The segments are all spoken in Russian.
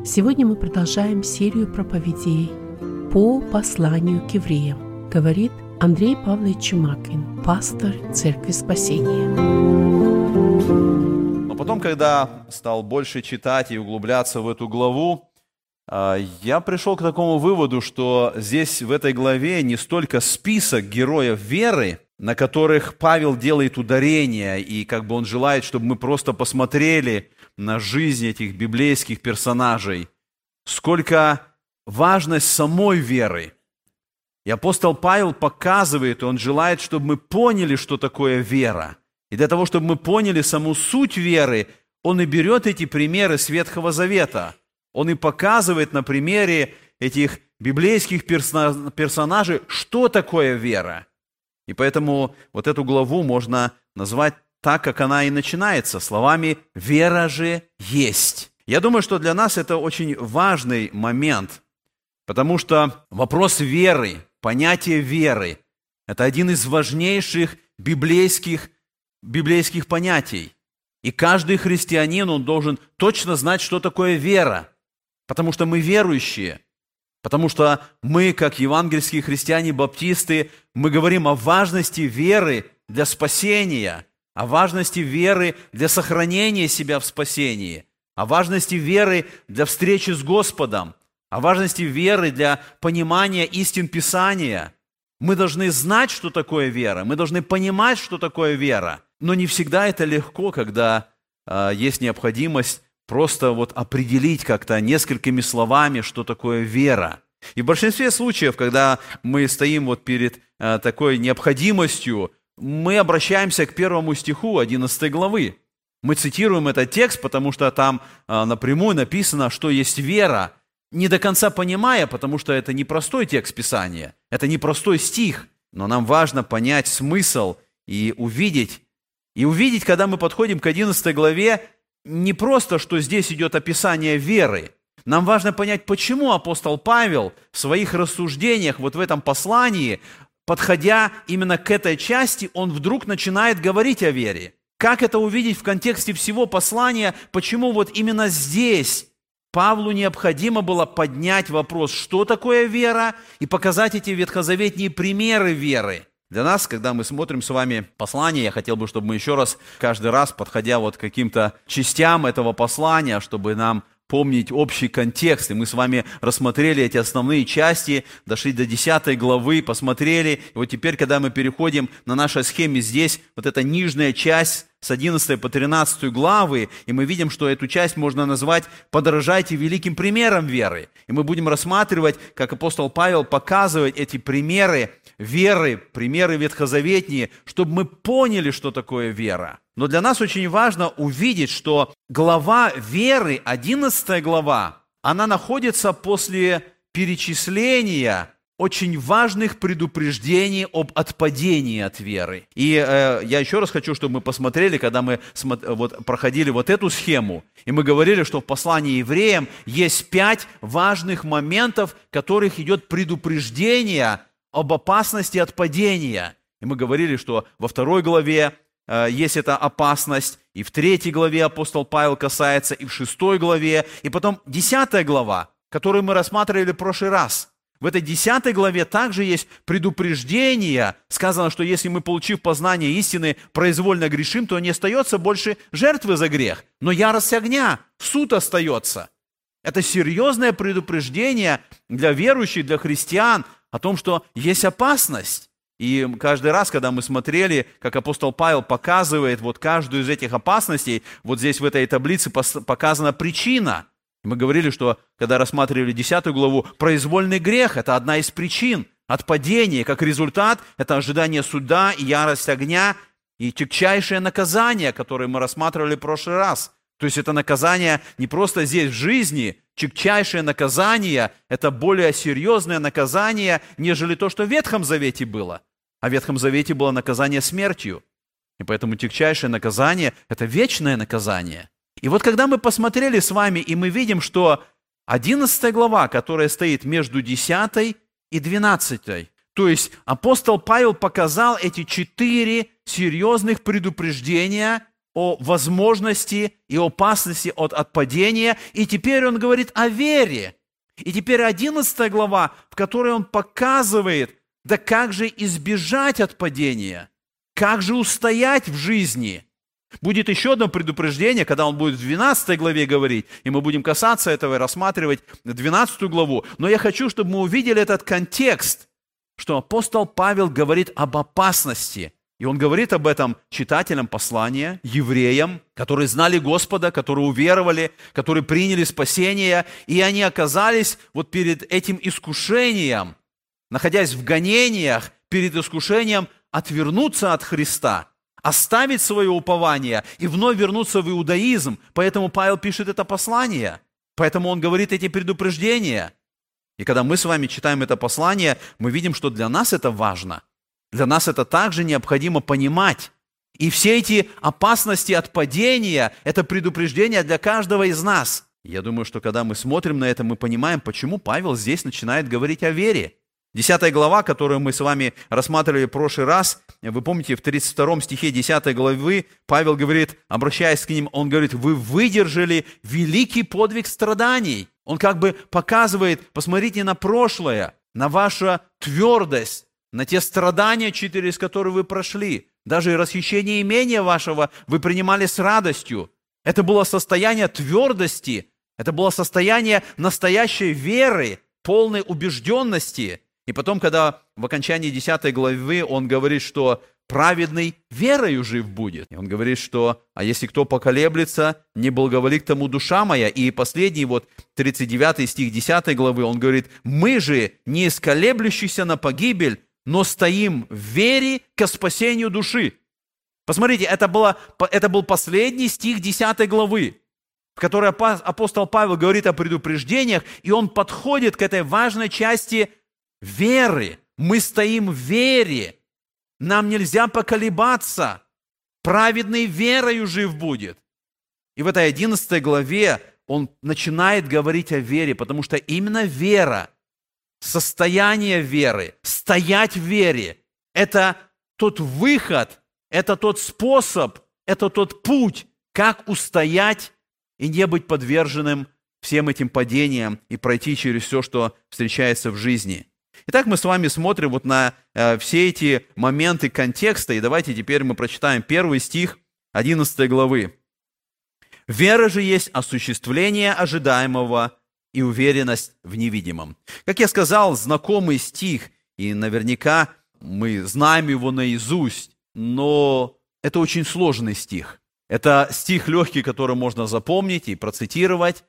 Сегодня мы продолжаем серию проповедей по посланию к евреям, говорит Андрей Павлович Чумакин, пастор Церкви Спасения. Но потом, когда стал больше читать и углубляться в эту главу, я пришел к такому выводу, что здесь в этой главе не столько список героев веры, на которых Павел делает ударение, и как бы он желает, чтобы мы просто посмотрели на жизнь этих библейских персонажей, сколько важность самой веры. И апостол Павел показывает, и он желает, чтобы мы поняли, что такое вера. И для того, чтобы мы поняли саму суть веры, он и берет эти примеры с Ветхого Завета. Он и показывает на примере этих библейских персонажей, что такое вера. И поэтому вот эту главу можно назвать так, как она и начинается, словами «вера же есть». Я думаю, что для нас это очень важный момент, потому что вопрос веры, понятие веры – это один из важнейших библейских понятий. И каждый христианин, он должен точно знать, что такое вера, потому что мы верующие. Потому что мы, как евангельские христиане-баптисты, мы говорим о важности веры для спасения, о важности веры для сохранения себя в спасении, о важности веры для встречи с Господом, о важности веры для понимания истин Писания. Мы должны знать, что такое вера, мы должны понимать, что такое вера. Но не всегда это легко, когда есть необходимость просто вот определить как-то несколькими словами, что такое вера. И в большинстве случаев, когда мы стоим вот перед такой необходимостью, мы обращаемся к 1 стиху 11 главы. Мы цитируем этот текст, потому что там напрямую написано, что есть вера, не до конца понимая, потому что это не простой текст Писания, это не простой стих, но нам важно понять смысл и увидеть, когда мы подходим к 11 главе, не просто, что здесь идет описание веры. Нам важно понять, почему апостол Павел в своих рассуждениях вот в этом послании, подходя именно к этой части, он вдруг начинает говорить о вере. Как это увидеть в контексте всего послания, почему вот именно здесь Павлу необходимо было поднять вопрос, что такое вера, и показать эти ветхозаветные примеры веры. Для нас, когда мы смотрим с вами послание, я хотел бы, чтобы мы еще раз, каждый раз, подходя вот к каким-то частям этого послания, чтобы нам помнить общий контекст. И мы с вами рассмотрели эти основные части, дошли до 10 главы, посмотрели. И вот теперь, когда мы переходим на нашей схеме здесь, вот эта нижняя часть с 11 по 13 главы, и мы видим, что эту часть можно назвать «Подражайте великим примерам веры». И мы будем рассматривать, как апостол Павел показывает эти примеры веры, примеры ветхозаветные, чтобы мы поняли, что такое вера. Но для нас очень важно увидеть, что глава веры, 11 глава, она находится после перечисления очень важных предупреждений об отпадении от веры. И я еще раз хочу, чтобы мы посмотрели, когда мы проходили вот эту схему, и мы говорили, что в послании евреям есть 5 важных моментов, в которых идет предупреждение об опасности отпадения. И мы говорили, что во 2 главе есть эта опасность, и в 3 главе апостол Павел касается, и в 6 главе, и потом 10 глава, которую мы рассматривали в прошлый раз. В этой 10 главе также есть предупреждение. Сказано, что если мы, получив познание истины, произвольно грешим, то не остается больше жертвы за грех, но ярость огня, суд остается. Это серьезное предупреждение для верующих, для христиан о том, что есть опасность. И каждый раз, когда мы смотрели, как апостол Павел показывает вот каждую из этих опасностей, вот здесь в этой таблице показана причина. Мы говорили, что когда рассматривали 10 главу, произвольный грех – это одна из причин отпадения. Как результат – это ожидание суда и ярость огня, и тягчайшее наказание, которое мы рассматривали в прошлый раз. То есть это наказание не просто здесь в жизни, тягчайшее наказание – это более серьезное наказание, нежели то, что в Ветхом Завете было. А в Ветхом Завете было наказание смертью. И поэтому тягчайшее наказание – это вечное наказание. И вот когда мы посмотрели с вами, и мы видим, что 11 глава, которая стоит между 10 и 12, то есть апостол Павел показал эти 4 серьезных предупреждения о возможности и опасности от отпадения, и теперь он говорит о вере. И теперь 11 глава, в которой он показывает, да как же избежать отпадения, как же устоять в жизни. Будет еще одно предупреждение, когда он будет в 12 главе говорить, и мы будем касаться этого и рассматривать 12 главу. Но я хочу, чтобы мы увидели этот контекст, что апостол Павел говорит об опасности. И он говорит об этом читателям послания, евреям, которые знали Господа, которые уверовали, которые приняли спасение, и они оказались вот перед этим искушением, находясь в гонениях, перед искушением отвернуться от Христа, оставить свое упование и вновь вернуться в иудаизм. Поэтому Павел пишет это послание. Поэтому он говорит эти предупреждения. И когда мы с вами читаем это послание, мы видим, что для нас это важно. Для нас это также необходимо понимать. И все эти опасности от падения – это предупреждение для каждого из нас. Я думаю, что когда мы смотрим на это, мы понимаем, почему Павел здесь начинает говорить о вере. 10 глава, которую мы с вами рассматривали в прошлый раз, вы помните, в 32 стихе 10 главы Павел говорит, обращаясь к ним, он говорит, вы выдержали великий подвиг страданий. Он как бы показывает, посмотрите на прошлое, на вашу твердость, на те страдания, через которые вы прошли. Даже и расхищение имения вашего вы принимали с радостью. Это было состояние твердости, это было состояние настоящей веры, полной убежденности. И потом, когда в окончании 10 главы он говорит, что праведный верою жив будет. И он говорит, что, а если кто поколеблется, не благоволи к тому душа моя. И последний, 39 стих 10 главы, он говорит, мы же не из колеблющихся на погибель, но стоим в вере ко спасению души. Посмотрите, это был последний стих 10 главы, в которой апостол Павел говорит о предупреждениях, и он подходит к этой важной части веры. Мы стоим в вере. Нам нельзя поколебаться. Праведный верою жив будет. И в этой 11 главе он начинает говорить о вере, потому что именно вера, состояние веры, стоять в вере, это тот выход, это тот способ, это тот путь, как устоять и не быть подверженным всем этим падениям и пройти через все, что встречается в жизни. Итак, мы с вами смотрим на все эти моменты контекста, и давайте теперь мы прочитаем 1 стих 11 главы. «Вера же есть осуществление ожидаемого и уверенность в невидимом». Как я сказал, знакомый стих, и наверняка мы знаем его наизусть, но это очень сложный стих. Это стих легкий, который можно запомнить и процитировать,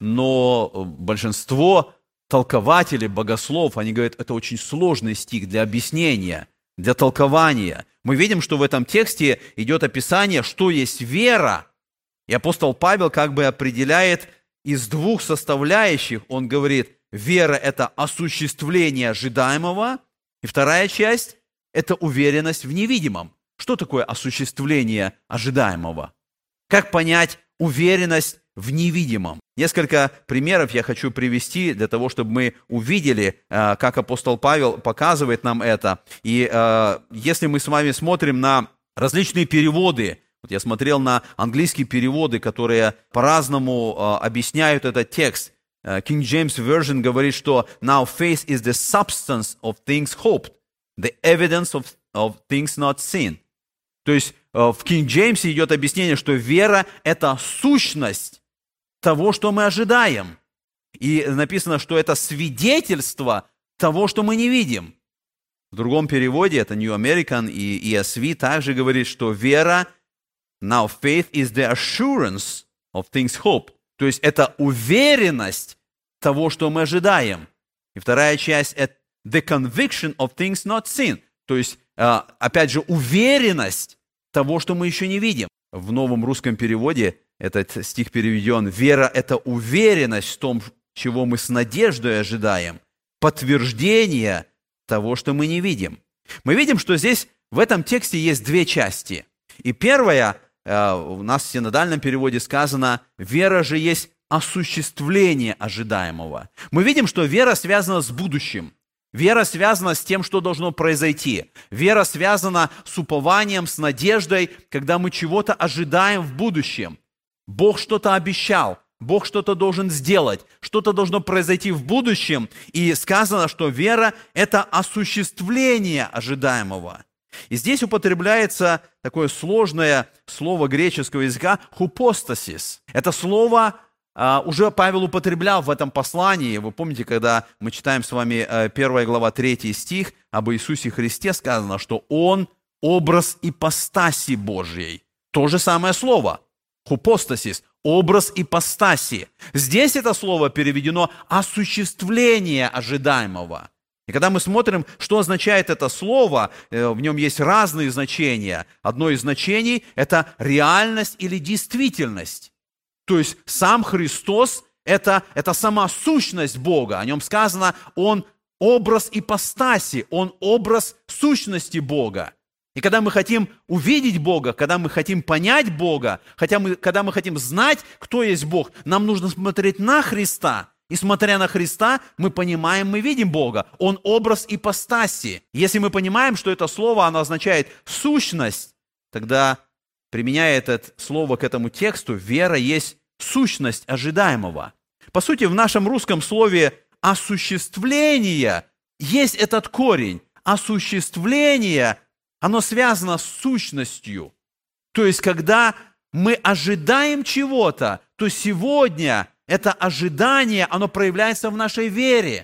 но большинство толкователей, богослов, они говорят, это очень сложный стих для объяснения, для толкования. Мы видим, что в этом тексте идет описание, что есть вера. И апостол Павел как бы определяет из двух составляющих. Он говорит, вера – это осуществление ожидаемого, и вторая часть – это уверенность в невидимом. Что такое осуществление ожидаемого? Как понять уверенность в невидимом? Несколько примеров я хочу привести для того, чтобы мы увидели, как апостол Павел показывает нам это. И если мы с вами смотрим на различные переводы, вот я смотрел на английские переводы, которые по-разному объясняют этот текст. King James Version говорит, что «Now faith is the substance of things hoped, the evidence of things not seen». То есть в King James идет объяснение, что вера – это сущность того, что мы ожидаем. И написано, что это свидетельство того, что мы не видим. В другом переводе, это New American и ESV, также говорит, что вера, now faith is the assurance of things hoped. То есть это уверенность того, что мы ожидаем. И вторая часть – это the conviction of things not seen. То есть, опять же, уверенность того, что мы еще не видим. В новом русском переводе этот стих переведен: «Вера – это уверенность в том, чего мы с надеждой ожидаем, подтверждение того, что мы не видим». Мы видим, что здесь в этом тексте есть две части. И первая, у нас в синодальном переводе сказано, «Вера же есть осуществление ожидаемого». Мы видим, что вера связана с будущим. Вера связана с тем, что должно произойти. Вера связана с упованием, с надеждой, когда мы чего-то ожидаем в будущем. Бог что-то обещал, Бог что-то должен сделать, что-то должно произойти в будущем. И сказано, что вера – это осуществление ожидаемого. И здесь употребляется такое сложное слово греческого языка «хупостасис». Это слово уже Павел употреблял в этом послании. Вы помните, когда мы читаем с вами 1 глава 3 стих, об Иисусе Христе сказано, что Он образ ипостаси Божьей. То же самое слово «хупостасис», образ ипостаси. Здесь это слово переведено «осуществление ожидаемого». И когда мы смотрим, что означает это слово, в нем есть разные значения. Одно из значений – это реальность или действительность. То есть сам Христос – это сама сущность Бога. О нем сказано, Он образ ипостаси, Он образ сущности Бога. И когда мы хотим увидеть Бога, когда мы хотим понять Бога, когда мы хотим знать, кто есть Бог, нам нужно смотреть на Христа. И смотря на Христа, мы понимаем, мы видим Бога. Он образ ипостаси. Если мы понимаем, что это слово, оно означает сущность, тогда, применяя это слово к этому тексту, вера есть сущность ожидаемого. По сути, в нашем русском слове «осуществление» есть этот корень. Осуществление, оно связано с сущностью. То есть, когда мы ожидаем чего-то, то сегодня это ожидание, оно проявляется в нашей вере.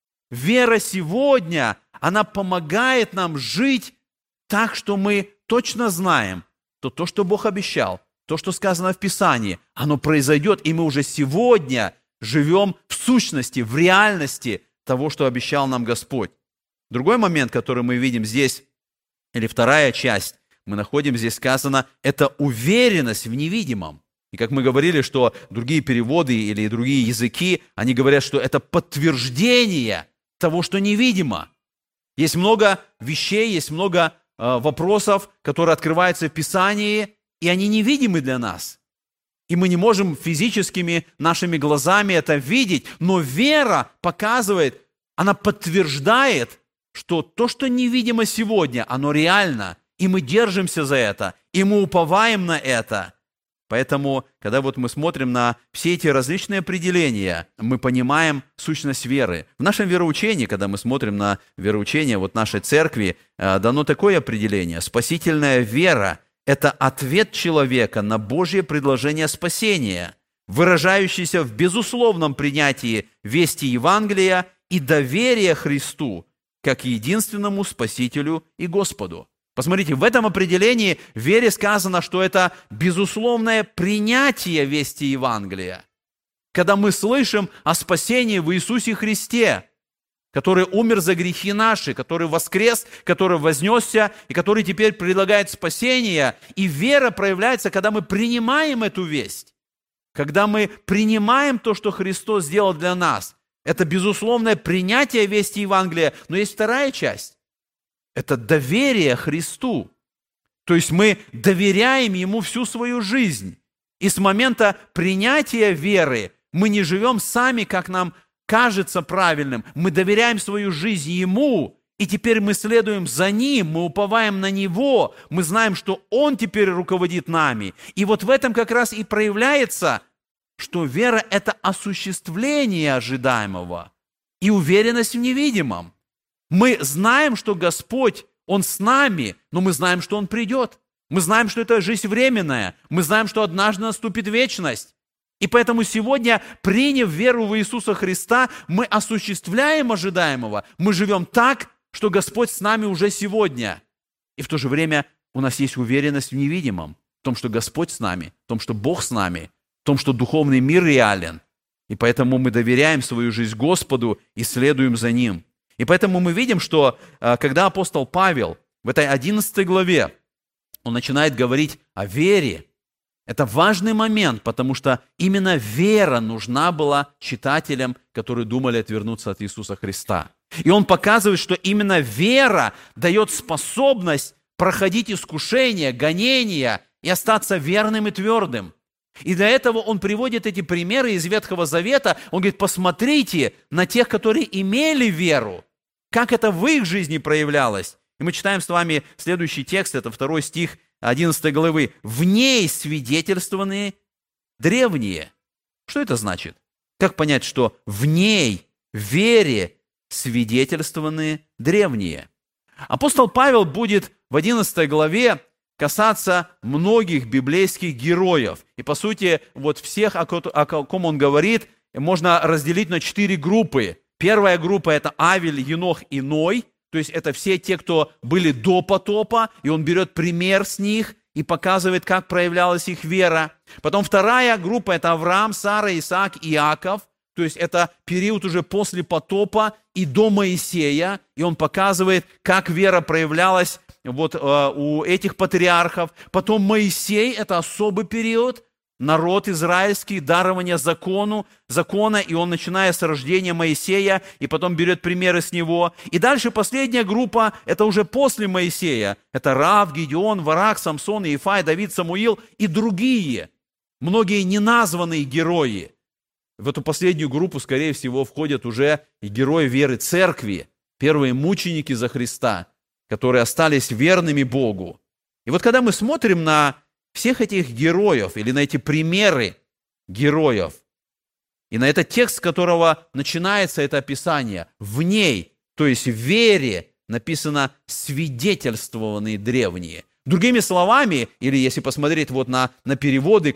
Вера сегодня, она помогает нам жить так, что мы точно знаем, что то, что Бог обещал, то, что сказано в Писании, оно произойдет, и мы уже сегодня живем в сущности, в реальности того, что обещал нам Господь. Другой момент, который мы видим здесь, или вторая часть, мы находим здесь сказано, это уверенность в невидимом. И как мы говорили, что другие переводы или другие языки, они говорят, что это подтверждение того, что невидимо. Есть много вещей, есть много вопросов, которые открываются в Писании, и они невидимы для нас. И мы не можем физическими нашими глазами это видеть, но вера показывает, она подтверждает, что то, что невидимо сегодня, оно реально, и мы держимся за это, и мы уповаем на это. Поэтому, когда вот мы смотрим на все эти различные определения, мы понимаем сущность веры. В нашем вероучении, когда мы смотрим на вероучение вот нашей церкви, дано такое определение. Спасительная вера – это ответ человека на Божье предложение спасения, выражающийся в безусловном принятии вести Евангелия и доверия Христу, как единственному Спасителю и Господу. Посмотрите, в этом определении в вере сказано, что это безусловное принятие вести Евангелия. Когда мы слышим о спасении в Иисусе Христе, который умер за грехи наши, который воскрес, который вознесся, и который теперь предлагает спасение, и вера проявляется, когда мы принимаем эту весть, когда мы принимаем то, что Христос сделал для нас. Это безусловное принятие вести Евангелия, но есть вторая часть. Это доверие Христу. То есть мы доверяем Ему всю свою жизнь. И с момента принятия веры мы не живем сами, как нам кажется правильным. Мы доверяем свою жизнь Ему, и теперь мы следуем за Ним, мы уповаем на Него, мы знаем, что Он теперь руководит нами. И вот в этом как раз и проявляется, что вера – это осуществление ожидаемого и уверенность в невидимом. Мы знаем, что Господь, Он с нами, но мы знаем, что Он придет. Мы знаем, что это жизнь временная. Мы знаем, что однажды наступит вечность. И поэтому сегодня, приняв веру в Иисуса Христа, мы осуществляем ожидаемого. Мы живем так, что Господь с нами уже сегодня. И в то же время у нас есть уверенность в невидимом, в том, что Господь с нами, в том, что Бог с нами, в том, что духовный мир реален. И поэтому мы доверяем свою жизнь Господу и следуем за Ним. И поэтому мы видим, что когда апостол Павел в этой 11 главе, он начинает говорить о вере, это важный момент, потому что именно вера нужна была читателям, которые думали отвернуться от Иисуса Христа. И он показывает, что именно вера дает способность проходить искушения, гонения и остаться верным и твердым. И для этого он приводит эти примеры из Ветхого Завета. Он говорит, посмотрите на тех, которые имели веру. как это в их жизни проявлялось. И мы читаем с вами следующий текст, это 2 стих 11 главы. «В ней свидетельствованы древние». Что это значит? Как понять, что в ней, в вере, свидетельствованы древние? Апостол Павел будет в 11 главе касаться многих библейских героев. И, по сути, вот всех, о ком он говорит, можно разделить на 4 группы. Первая группа – это Авель, Енох и Ной. То есть это все те, кто были до потопа, и он берет пример с них и показывает, как проявлялась их вера. Потом вторая группа – это Авраам, Сара, Исаак, Иаков. То есть это период уже после потопа и до Моисея, и он показывает, как вера проявлялась вот у этих патриархов. Потом Моисей – это особый период, народ израильский, дарование закона, и он, начиная с рождения Моисея, и потом берет примеры с него. И дальше последняя группа – это уже после Моисея. Это Рав, Гидеон, Варак, Самсон, Иефай, Давид, Самуил и другие, многие неназванные герои. В эту последнюю группу, скорее всего, входят уже и герои веры церкви, первые мученики за Христа, которые остались верными Богу. И вот когда мы смотрим на всех этих героев или на эти примеры героев, и на этот текст, с которого начинается это описание, в ней, то есть в вере, написано «свидетельствованные древние». Другими словами, или если посмотреть вот на переводы,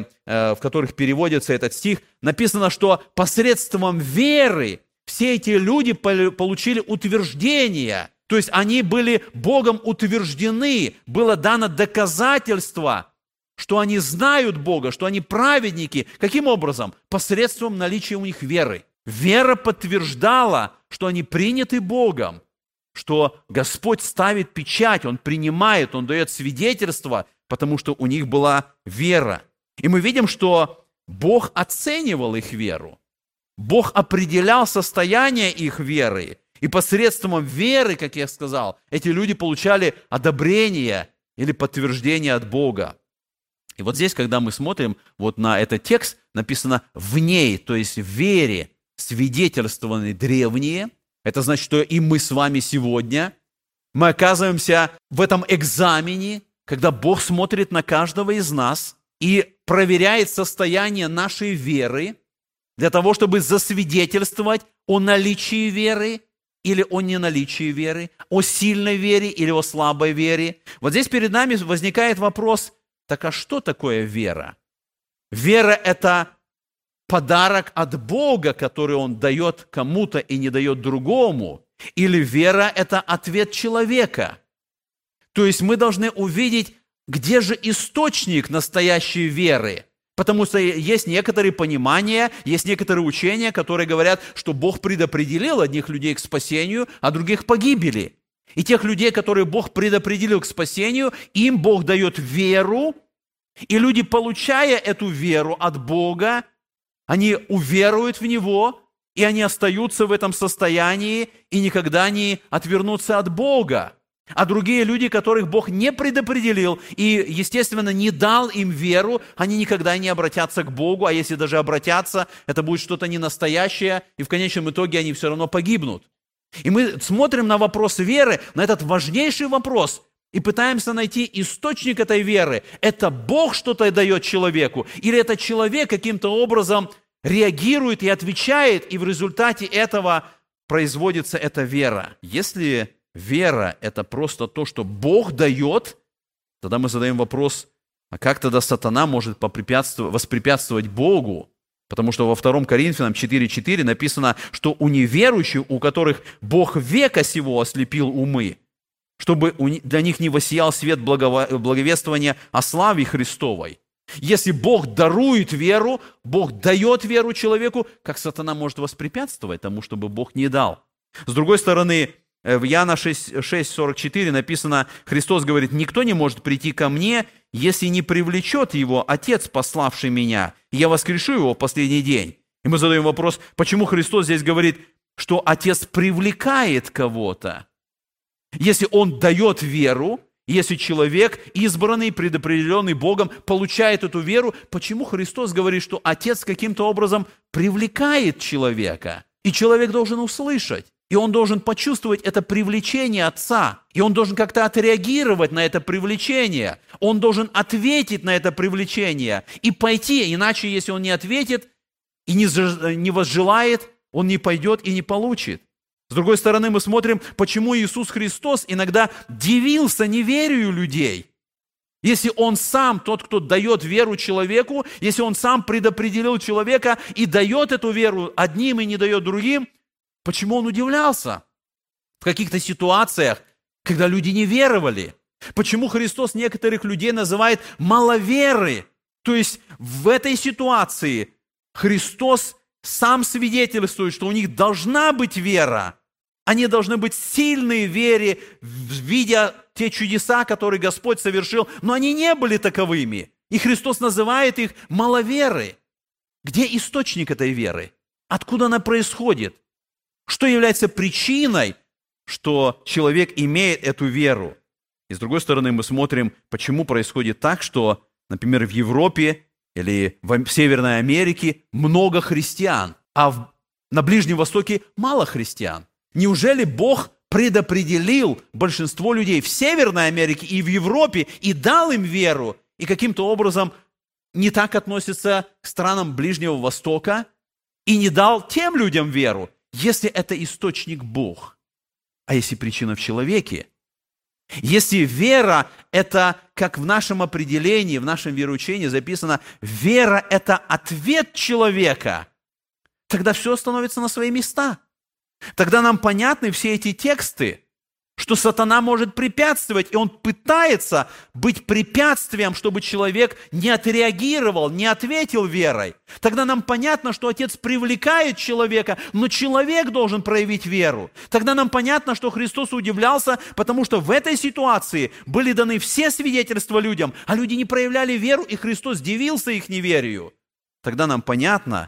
в которых переводится этот стих, написано, что посредством веры все эти люди получили утверждение, то есть они были Богом утверждены, было дано доказательство, что они знают Бога, что они праведники. Каким образом? Посредством наличия у них веры. Вера подтверждала, что они приняты Богом, что Господь ставит печать, Он принимает, Он дает свидетельство, потому что у них была вера. И мы видим, что Бог оценивал их веру. Бог определял состояние их веры. И посредством веры, как я сказал, эти люди получали одобрение или подтверждение от Бога. И вот здесь, когда мы смотрим вот на этот текст, написано «в ней», то есть в вере, свидетельствованы древние. Это значит, что и мы с вами сегодня, мы оказываемся в этом экзамене, когда Бог смотрит на каждого из нас и проверяет состояние нашей веры для того, чтобы засвидетельствовать о наличии веры или о неналичии веры, о сильной вере или о слабой вере. Вот здесь перед нами возникает вопрос, так а что такое вера? Вера – это подарок от Бога, который Он дает кому-то и не дает другому, или вера – это ответ человека? То есть мы должны увидеть, где же источник настоящей веры, потому что есть некоторые понимания, есть некоторые учения, которые говорят, что Бог предопределил одних людей к спасению, а других к погибели. И тех людей, которые Бог предопределил к спасению, им Бог дает веру, и люди, получая эту веру от Бога, они уверуют в Него, и они остаются в этом состоянии и никогда не отвернутся от Бога. А другие люди, которых Бог не предопределил и, естественно, не дал им веру, они никогда не обратятся к Богу, а если даже обратятся, это будет что-то ненастоящее, и в конечном итоге они все равно погибнут. И мы смотрим на вопрос веры, на этот важнейший вопрос, и пытаемся найти источник этой веры. Это Бог что-то дает человеку, или это человек каким-то образом реагирует и отвечает, и в результате этого производится эта вера. Если вера – это просто то, что Бог дает, тогда мы задаем вопрос, а как тогда сатана может воспрепятствовать Богу? Потому что во 2 Коринфянам 4:4 написано, что у неверующих, у которых Бог века сего ослепил умы, чтобы для них не воссиял свет благовествования о славе Христовой. Если Бог дарует веру, Бог дает веру человеку, как сатана может воспрепятствовать тому, чтобы Бог не дал? С другой стороны, в Иоанна 6:44 написано, Христос говорит, «Никто не может прийти ко мне, если не привлечет его Отец, пославший меня, и я воскрешу его в последний день». И мы задаем вопрос, почему Христос здесь говорит, что Отец привлекает кого-то? Если Он дает веру, если человек, избранный, предопределенный Богом, получает эту веру, почему Христос говорит, что Отец каким-то образом привлекает человека? И человек должен услышать. И он должен почувствовать это привлечение Отца. И он должен как-то отреагировать на это привлечение. Он должен ответить на это привлечение и пойти. Иначе, если он не ответит и не возжелает, он не пойдет и не получит. С другой стороны, мы смотрим, почему Иисус Христос иногда дивился неверию людей. Если Он сам тот, кто дает веру человеку, если Он сам предопределил человека и дает эту веру одним и не дает другим, почему Он удивлялся в каких-то ситуациях, когда люди не веровали? Почему Христос некоторых людей называет маловеры? То есть в этой ситуации Христос сам свидетельствует, что у них должна быть вера. Они должны быть сильные в вере, видя те чудеса, которые Господь совершил, но они не были таковыми. И Христос называет их маловеры. Где источник этой веры? Откуда она происходит? Что является причиной, что человек имеет эту веру? И с другой стороны, мы смотрим, почему происходит так, что, например, в Европе или в Северной Америке много христиан, а на Ближнем Востоке мало христиан. Неужели Бог предопределил большинство людей в Северной Америке и в Европе и дал им веру, и каким-то образом не так относится к странам Ближнего Востока и не дал тем людям веру, если это источник Бог? А если причина в человеке? Если вера – это, как в нашем определении, в нашем вероучении записано, вера – это ответ человека, тогда все становится на свои места. Тогда нам понятны все эти тексты, что сатана может препятствовать, и он пытается быть препятствием, чтобы человек не отреагировал, не ответил верой. Тогда нам понятно, что Отец привлекает человека, но человек должен проявить веру. Тогда нам понятно, что Христос удивлялся, потому что в этой ситуации были даны все свидетельства людям, а люди не проявляли веру, и Христос дивился их неверию. Тогда нам понятно,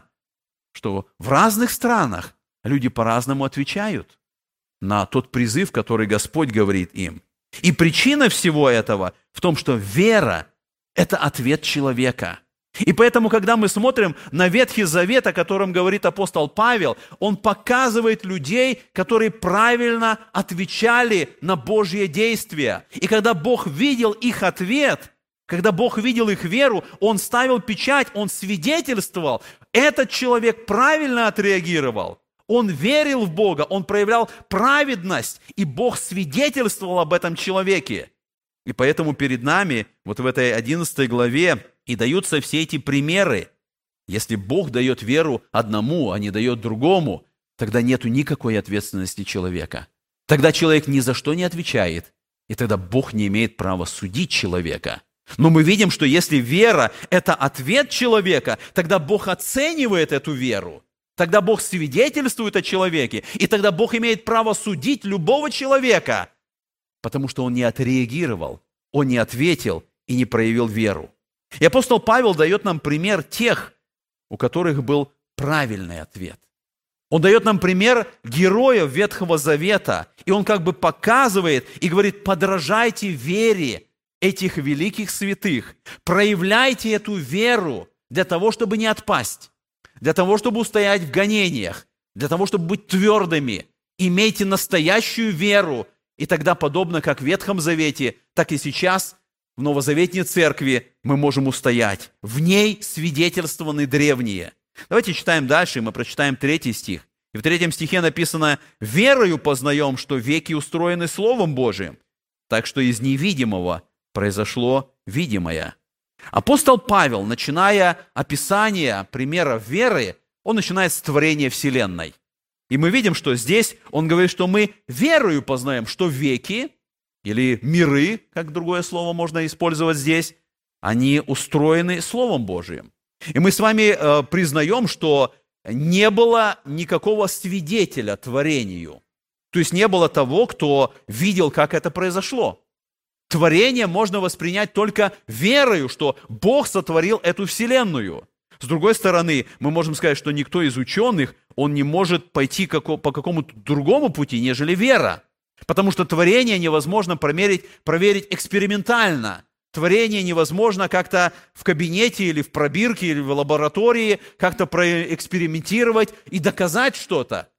что в разных странах люди по-разному отвечают на тот призыв, который Господь говорит им. И причина всего этого в том, что вера – это ответ человека. И поэтому, когда мы смотрим на Ветхий Завет, о котором говорит апостол Павел, он показывает людей, которые правильно отвечали на Божье действие. И когда Бог видел их ответ, когда Бог видел их веру, Он ставил печать, Он свидетельствовал. Этот человек правильно отреагировал. Он верил в Бога, он проявлял праведность, и Бог свидетельствовал об этом человеке. И поэтому перед нами, вот в этой 11 главе, и даются все эти примеры. Если Бог дает веру одному, а не дает другому, тогда нету никакой ответственности человека. Тогда человек ни за что не отвечает, и тогда Бог не имеет права судить человека. Но мы видим, что если вера – это ответ человека, тогда Бог оценивает эту веру. Тогда Бог свидетельствует о человеке, и тогда Бог имеет право судить любого человека, потому что он не отреагировал, он не ответил и не проявил веру. И апостол Павел дает нам пример тех, у которых был правильный ответ. Он дает нам пример героев Ветхого Завета, и он как бы показывает и говорит: подражайте вере этих великих святых, проявляйте эту веру для того, чтобы не отпасть. Для того, чтобы устоять в гонениях, для того, чтобы быть твердыми, имейте настоящую веру, и тогда, подобно как в Ветхом Завете, так и сейчас в Новозаветной Церкви мы можем устоять. В ней свидетельствованы древние. Давайте читаем дальше, мы прочитаем 3 стих. И в 3 стихе написано: «Верою познаем, что веки устроены Словом Божиим, так что из невидимого произошло видимое». Апостол Павел, начиная описание примеров веры, он начинает с творения Вселенной. И мы видим, что здесь он говорит, что мы верою познаем, что веки, или миры, как другое слово можно использовать здесь, они устроены Словом Божиим. И мы с вами признаем, что не было никакого свидетеля творению. То есть не было того, кто видел, как это произошло. Творение можно воспринять только верою, что Бог сотворил эту вселенную. С другой стороны, мы можем сказать, что никто из ученых, он не может пойти по какому-то другому пути, нежели вера. Потому что творение невозможно проверить экспериментально. Творение невозможно как-то в кабинете или в пробирке или в лаборатории как-то проэкспериментировать и доказать что-то.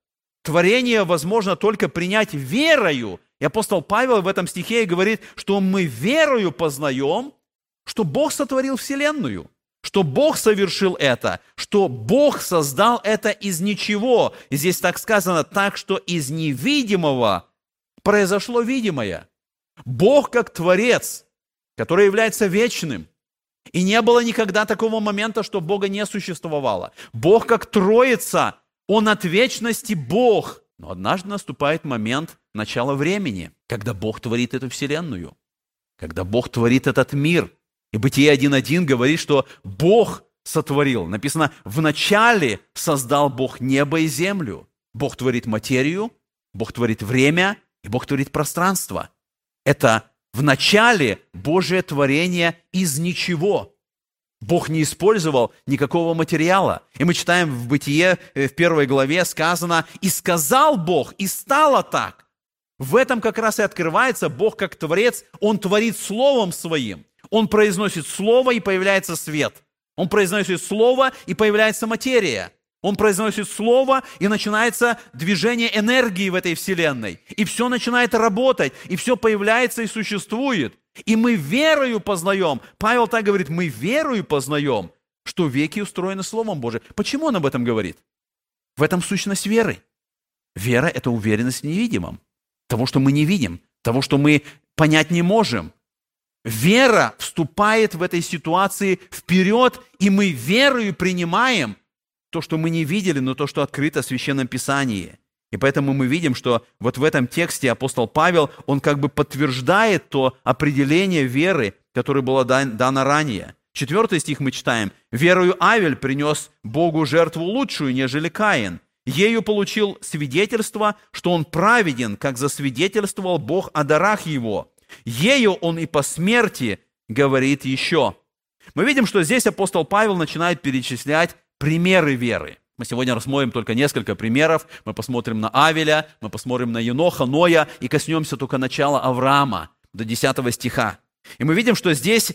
творение возможно только принять верою. И апостол Павел в этом стихе говорит, что мы верою познаем, что Бог сотворил вселенную, что Бог совершил это, что Бог создал это из ничего. И здесь так сказано, так что из невидимого произошло видимое. Бог как Творец, который является вечным. И не было никогда такого момента, что Бога не существовало. Бог как Троица, Он от вечности Бог. Но однажды наступает момент начала времени, когда Бог творит эту вселенную, когда Бог творит этот мир. И Бытие 1.1 говорит, что Бог сотворил. Написано, вначале создал Бог небо и землю. Бог творит материю, Бог творит время, и Бог творит пространство. Это вначале Божие творение из ничего. Бог не использовал никакого материала. И мы читаем в Бытие, в 1 главе сказано, «И сказал Бог, и стало так». В этом как раз и открывается Бог как Творец. Он творит Словом Своим. Он произносит Слово, и появляется свет. Он произносит Слово, и появляется материя. Он произносит Слово, и начинается движение энергии в этой вселенной. И все начинает работать, и все появляется и существует. И мы верою познаем. Павел так говорит, мы верою познаем, что веки устроены Словом Божиим. Почему он об этом говорит? В этом сущность веры. Вера – это уверенность в невидимом. Того, что мы не видим, того, что мы понять не можем. Вера вступает в этой ситуации вперед, и мы верою принимаем то, что мы не видели, но то, что открыто в Священном Писании. И поэтому мы видим, что вот в этом тексте апостол Павел, он как бы подтверждает то определение веры, которое было дано ранее. 4 стих мы читаем. «Верою Авель принес Богу жертву лучшую, нежели Каин. Ею получил свидетельство, что он праведен, как засвидетельствовал Бог о дарах его. Ею он и по смерти говорит еще». Мы видим, что здесь апостол Павел начинает перечислять примеры веры. Мы сегодня рассмотрим только несколько примеров. Мы посмотрим на Авеля, мы посмотрим на Еноха, Ноя и коснемся только начала Авраама до 10 стиха. И мы видим, что здесь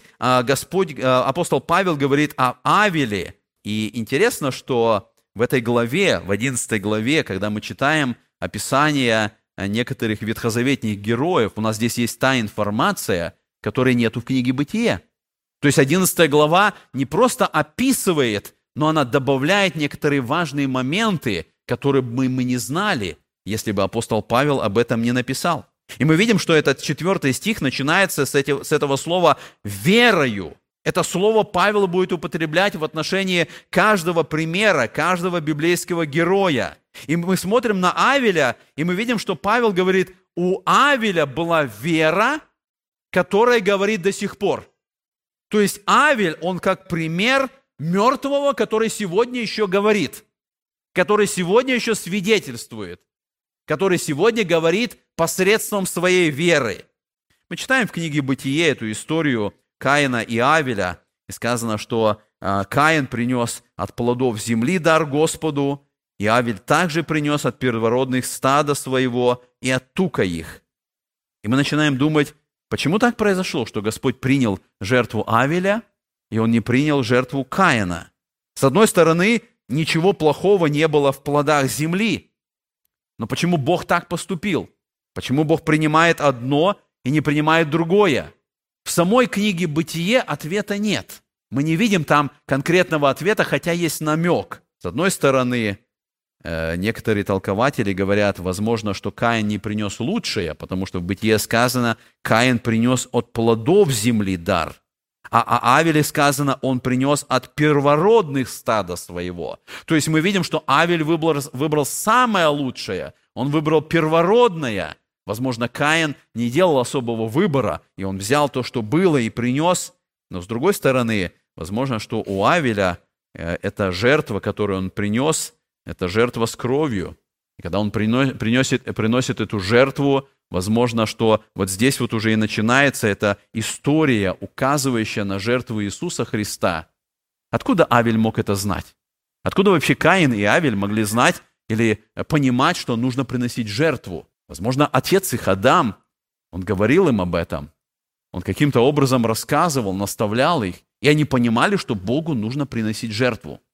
апостол Павел говорит о Авеле. И интересно, что в этой главе, в 11 главе, когда мы читаем описание некоторых ветхозаветных героев, у нас здесь есть та информация, которой нету в книге Бытие. То есть 11 глава не просто описывает, но она добавляет некоторые важные моменты, которые мы не знали, если бы апостол Павел об этом не написал. И мы видим, что этот 4 стих начинается с этого слова «верою». Это слово Павел будет употреблять в отношении каждого примера, каждого библейского героя. И мы смотрим на Авеля, и мы видим, что Павел говорит, у Авеля была вера, которая говорит до сих пор. То есть Авель, он как пример мертвого, который сегодня еще говорит, который сегодня еще свидетельствует, который сегодня говорит посредством своей веры. Мы читаем в книге «Бытие» эту историю Каина и Авеля, и сказано, что Каин принес от плодов земли дар Господу, и Авель также принес от первородных стада своего и от тука их. И мы начинаем думать, почему так произошло, что Господь принял жертву Авеля, и Он не принял жертву Каина. С одной стороны, ничего плохого не было в плодах земли. Но почему Бог так поступил? Почему Бог принимает одно и не принимает другое? В самой книге «Бытие» ответа нет. Мы не видим там конкретного ответа, хотя есть намек. С одной стороны, некоторые толкователи говорят, возможно, что Каин не принес лучшее, потому что в Бытие сказано, Каин принес от плодов земли дар. А о Авеле сказано, он принес от первородных стада своего. То есть мы видим, что Авель выбрал самое лучшее, он выбрал первородное. Возможно, Каин не делал особого выбора, и он взял то, что было, и принес. Но с другой стороны, возможно, что у Авеля эта жертва, которую он принес, это жертва с кровью. И когда он приносит эту жертву, возможно, что вот здесь вот уже и начинается эта история, указывающая на жертву Иисуса Христа. Откуда Авель мог это знать? Откуда вообще Каин и Авель могли знать или понимать, что нужно приносить жертву? Возможно, отец их Адам, он говорил им об этом. Он каким-то образом рассказывал, наставлял их. И они понимали, что Богу нужно приносить жертву.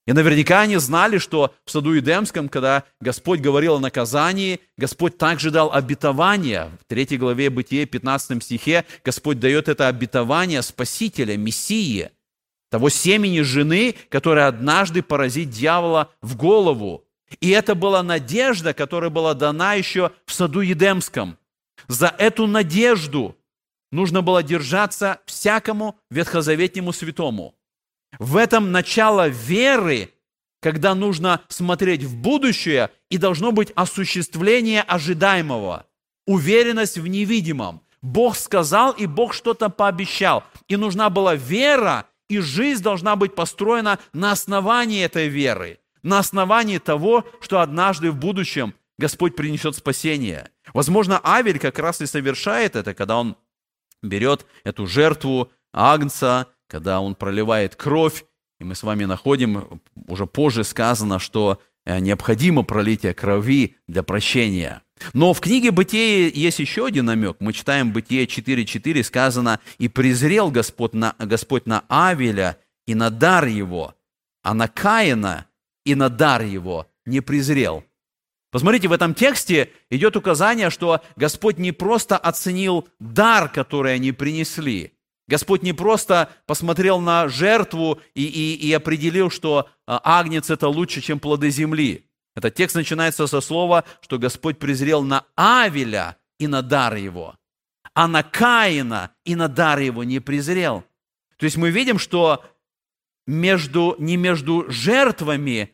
И наверняка они знали, что в саду Эдемском, когда Господь говорил о наказании, Господь также дал обетование. В 3 главе Бытие, 15 стихе, Господь дает это обетование Спасителя, Мессии, того семени жены, которая однажды поразит дьявола в голову. И это была надежда, которая была дана еще в саду Эдемском. За эту надежду нужно было держаться всякому ветхозаветнему святому. В этом начало веры, когда нужно смотреть в будущее, и должно быть осуществление ожидаемого, уверенность в невидимом. Бог сказал, и Бог что-то пообещал. И нужна была вера, и жизнь должна быть построена на основании этой веры, на основании того, что однажды в будущем Господь принесет спасение. Возможно, Авель как раз и совершает это, когда он берет эту жертву агнца, когда он проливает кровь, и мы с вами находим, уже позже сказано, что необходимо пролитие крови для прощения. Но в книге Бытие есть еще один намек. Мы читаем Бытие 4:4, сказано: «И презрел Господь на Авеля и на дар его, а на Каина и на дар его не презрел». Посмотрите, в этом тексте идет указание, что Господь не просто оценил дар, который они принесли. Господь не просто посмотрел на жертву и определил, что агнец – это лучше, чем плоды земли. Этот текст начинается со слова, что Господь презрел на Авеля и на дар его, а на Каина и на дар его не презрел. То есть мы видим, что не между жертвами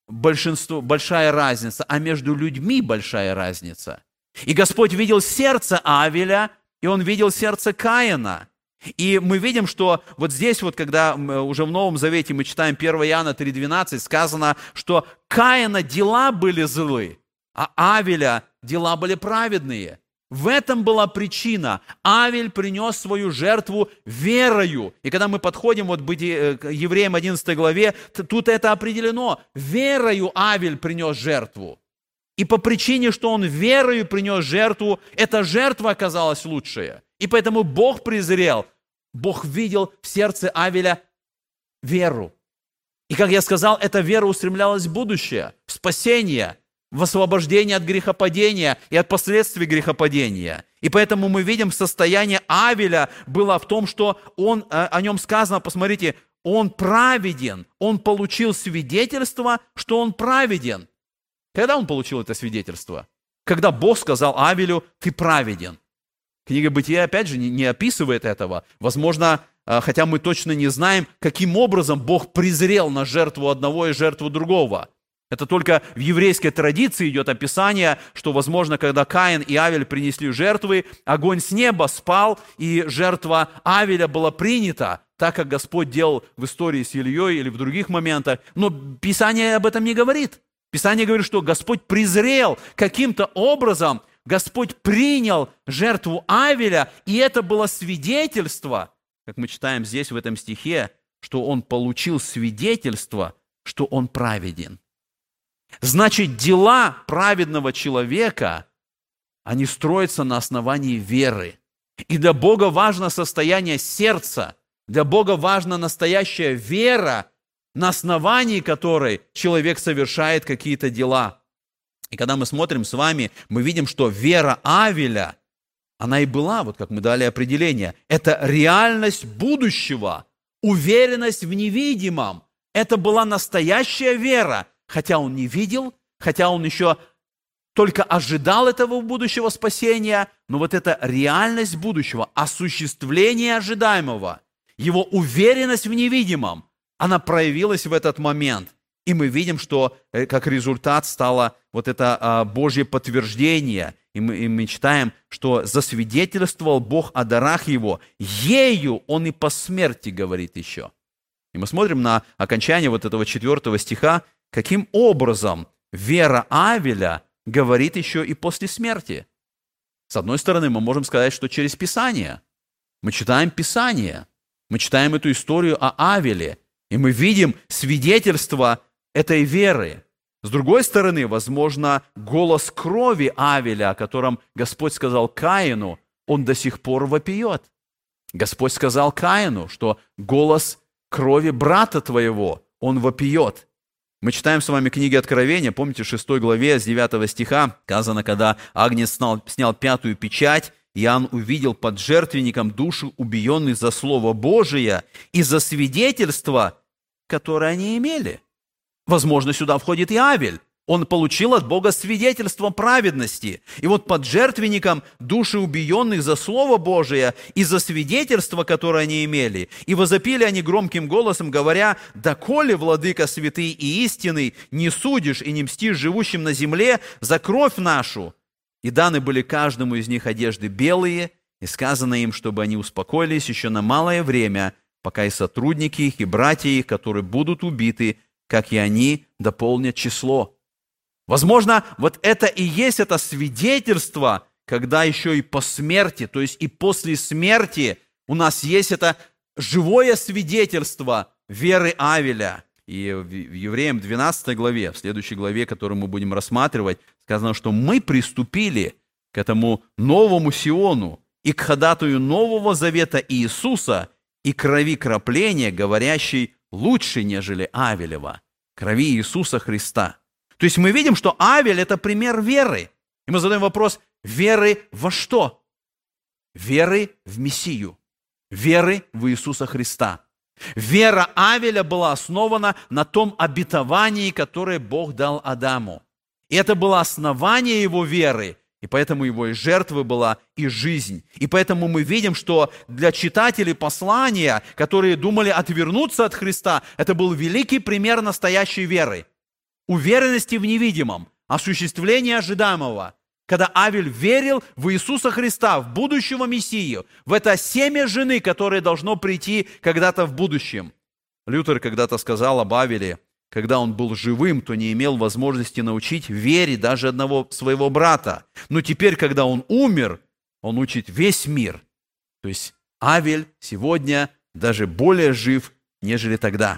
большая разница, а между людьми большая разница. И Господь видел сердце Авеля, и Он видел сердце Каина. И мы видим, что вот здесь, вот, когда уже в Новом Завете мы читаем 1 Иоанна 3:12, сказано, что Каина дела были злы, а Авеля дела были праведные. В этом была причина. Авель принес свою жертву верою. И когда мы подходим вот к Евреям 11 главе, тут это определено. Верою Авель принес жертву. И по причине, что он верою принес жертву, эта жертва оказалась лучшая. И поэтому Бог презрел. Бог видел в сердце Авеля веру. И, как я сказал, эта вера устремлялась в будущее, в спасение, в освобождение от грехопадения и от последствий грехопадения. И поэтому мы видим, состояние Авеля было в том, что о нем сказано, посмотрите, он праведен, он получил свидетельство, что он праведен. Когда он получил это свидетельство? Когда Бог сказал Авелю: «Ты праведен». Книга Бытия, опять же, не описывает этого. Возможно, хотя мы точно не знаем, каким образом Бог презрел на жертву одного и жертву другого. Это только в еврейской традиции идет описание, что, возможно, когда Каин и Авель принесли жертвы, огонь с неба спал, и жертва Авеля была принята, так как Господь делал в истории с Ильей или в других моментах. Но Писание об этом не говорит. Писание говорит, что Господь презрел каким-то образом, Господь принял жертву Авеля, и это было свидетельство, как мы читаем здесь в этом стихе, что он получил свидетельство, что он праведен. Значит, дела праведного человека, они строятся на основании веры. И для Бога важно состояние сердца, для Бога важна настоящая вера, на основании которой человек совершает какие-то дела. И когда мы смотрим с вами, мы видим, что вера Авеля, она и была, вот как мы дали определение, это реальность будущего, уверенность в невидимом. Это была настоящая вера, хотя он не видел, хотя он еще только ожидал этого будущего спасения, но вот эта реальность будущего, осуществление ожидаемого, его уверенность в невидимом, она проявилась в этот момент. И мы видим, что как результат стало вот это Божье подтверждение. И мы читаем, что засвидетельствовал Бог о дарах Его. Ею Он и по смерти говорит еще. И мы смотрим на окончание вот этого 4 стиха, каким образом вера Авеля говорит еще и после смерти. С одной стороны, мы можем сказать, что через Писание. Мы читаем Писание. Мы читаем эту историю о Авеле. И мы видим свидетельство этой веры. С другой стороны, возможно, голос крови Авеля, о котором Господь сказал Каину, он до сих пор вопиет. Господь сказал Каину, что голос крови брата твоего, он вопиет. Мы читаем с вами книги Откровения, помните, в 6 главе, с 9 стиха, сказано, когда Агнец снял пятую печать, Иоанн увидел под жертвенником души убиенных за Слово Божие и за свидетельство, которое они имели. Возможно, сюда входит и Авель. Он получил от Бога свидетельство праведности. И вот под жертвенником души убиенных за Слово Божие и за свидетельство, которое они имели. И возопили они громким голосом, говоря: «Доколе, владыка святый и истинный, не судишь и не мстишь живущим на земле за кровь нашу?» И даны были каждому из них одежды белые, и сказано им, чтобы они успокоились еще на малое время, пока и сотрудники их, и братья их, которые будут убиты, как и они, дополнят число. Возможно, вот это и есть это свидетельство, когда еще и по смерти, то есть и после смерти у нас есть это живое свидетельство веры Авеля. И в Евреям 12 главе, в следующей главе, которую мы будем рассматривать, сказано, что мы приступили к этому новому Сиону и к ходатаю Нового Завета Иисуса и крови крапления, говорящей лучше, нежели Авелева, крови Иисуса Христа. То есть мы видим, что Авель – это пример веры. И мы задаем вопрос: веры во что? Веры в Мессию, веры в Иисуса Христа. Вера Авеля была основана на том обетовании, которое Бог дал Адаму. И это было основание его веры, и поэтому его и жертва была, и жизнь. И поэтому мы видим, что для читателей послания, которые думали отвернуться от Христа, это был великий пример настоящей веры. Уверенности в невидимом, осуществления ожидаемого. Когда Авель верил в Иисуса Христа, в будущего Мессию, в это семя жены, которое должно прийти когда-то в будущем. Лютер когда-то сказал об Авеле: когда он был живым, то не имел возможности научить вере даже одного своего брата. Но теперь, когда он умер, он учит весь мир. То есть Авель сегодня даже более жив, нежели тогда.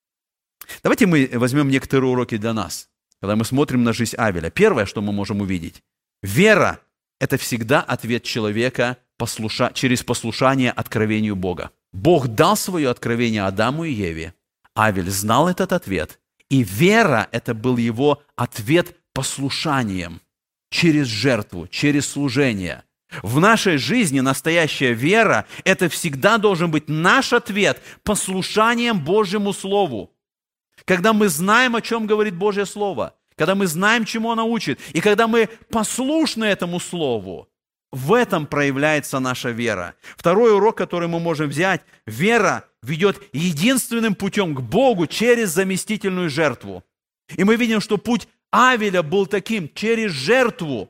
Давайте мы возьмем некоторые уроки для нас, когда мы смотрим на жизнь Авеля. Первое, что мы можем увидеть: вера – это всегда ответ человека через послушание откровению Бога. Бог дал свое откровение Адаму и Еве. Авель знал этот ответ, и вера – это был его ответ послушанием, через жертву, через служение. В нашей жизни настоящая вера – это всегда должен быть наш ответ послушанием Божьему Слову. Когда мы знаем, о чем говорит Божье Слово, когда мы знаем, чему оно учит, и когда мы послушны этому Слову, в этом проявляется наша вера. Второй урок, который мы можем взять: вера ведет единственным путем к Богу через заместительную жертву. И мы видим, что путь Авеля был таким: через жертву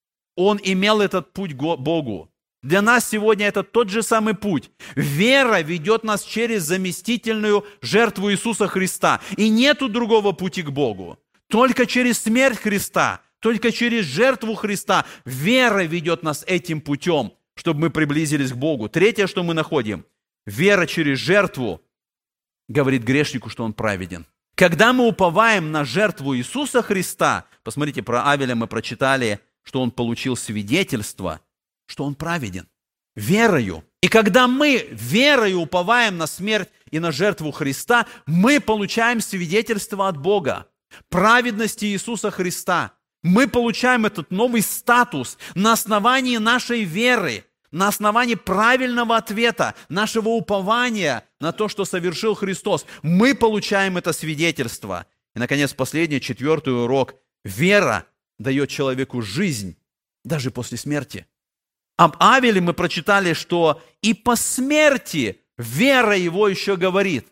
он имел этот путь к Богу. Для нас сегодня это тот же самый путь. Вера ведет нас через заместительную жертву Иисуса Христа. И нету другого пути к Богу. Только через смерть Христа, только через жертву Христа вера ведет нас этим путем, чтобы мы приблизились к Богу. Третье, что мы находим: вера через жертву говорит грешнику, что он праведен. Когда мы уповаем на жертву Иисуса Христа, посмотрите, про Авеля мы прочитали, что он получил свидетельство, что он праведен, верою. И когда мы верою уповаем на смерть и на жертву Христа, мы получаем свидетельство от Бога, праведности Иисуса Христа. Мы получаем этот новый статус на основании нашей веры, на основании правильного ответа, нашего упования на то, что совершил Христос. Мы получаем это свидетельство. И, наконец, последний, четвертый урок. Вера дает человеку жизнь даже после смерти. Об Авеле мы прочитали, что и по смерти вера его еще говорит.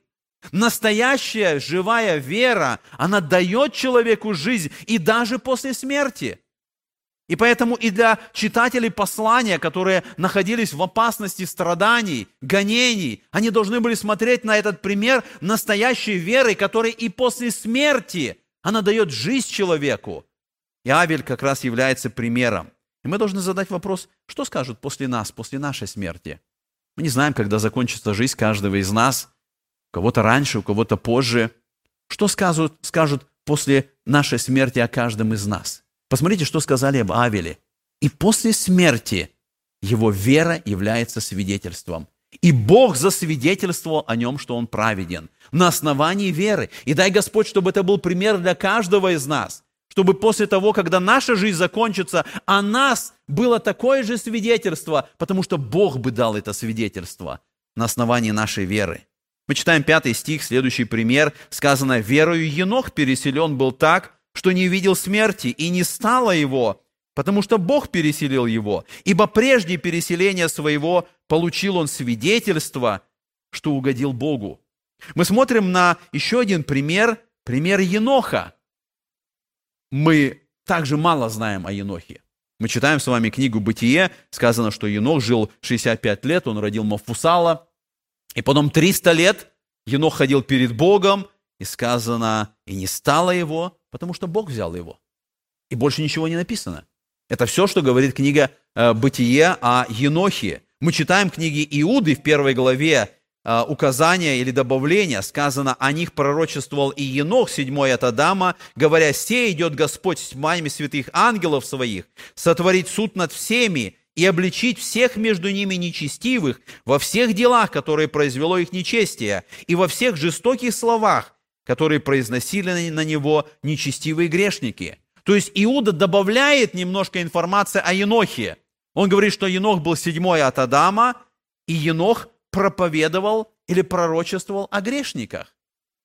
Настоящая живая вера, она дает человеку жизнь и даже после смерти. И поэтому и для читателей послания, которые находились в опасности страданий, гонений, они должны были смотреть на этот пример настоящей веры, которая и после смерти, она дает жизнь человеку. И Авель как раз является примером. И мы должны задать вопрос: что скажут после нас, после нашей смерти? Мы не знаем, когда закончится жизнь каждого из нас. У кого-то раньше, у кого-то позже. Что скажут после нашей смерти о каждом из нас? Посмотрите, что сказали об Авеле. И после смерти его вера является свидетельством. И Бог засвидетельствовал о нем, что он праведен на основании веры. И дай Господь, чтобы это был пример для каждого из нас, чтобы после того, когда наша жизнь закончится, о нас было такое же свидетельство, потому что Бог бы дал это свидетельство на основании нашей веры. Мы читаем 5 стих, следующий пример. Сказано: «Верою Енох переселен был так, что не видел смерти, и не стало его, потому что Бог переселил его. Ибо прежде переселения своего получил он свидетельство, что угодил Богу». Мы смотрим на еще один пример, пример Еноха. Мы также мало знаем о Енохе. Мы читаем с вами книгу «Бытие». Сказано, что Енох жил 65 лет, он родил Мафусала. И потом 300 лет Енох ходил перед Богом, и сказано: «И не стало его, потому что Бог взял его». И больше ничего не написано. Это все, что говорит книга «Бытие» о Енохе. Мы читаем книги Иуды в 1 главе указания или добавления. Сказано: «О них пророчествовал и Енох, 7-й от Адама, говоря: „Сей идет Господь с тьмами святых ангелов своих, сотворить суд над всеми, и обличить всех между ними нечестивых во всех делах, которые произвело их нечестие, и во всех жестоких словах, которые произносили на него нечестивые грешники». То есть Иуда добавляет немножко информации о Енохе. Он говорит, что Енох был 7-й от Адама, и Енох проповедовал или пророчествовал о грешниках.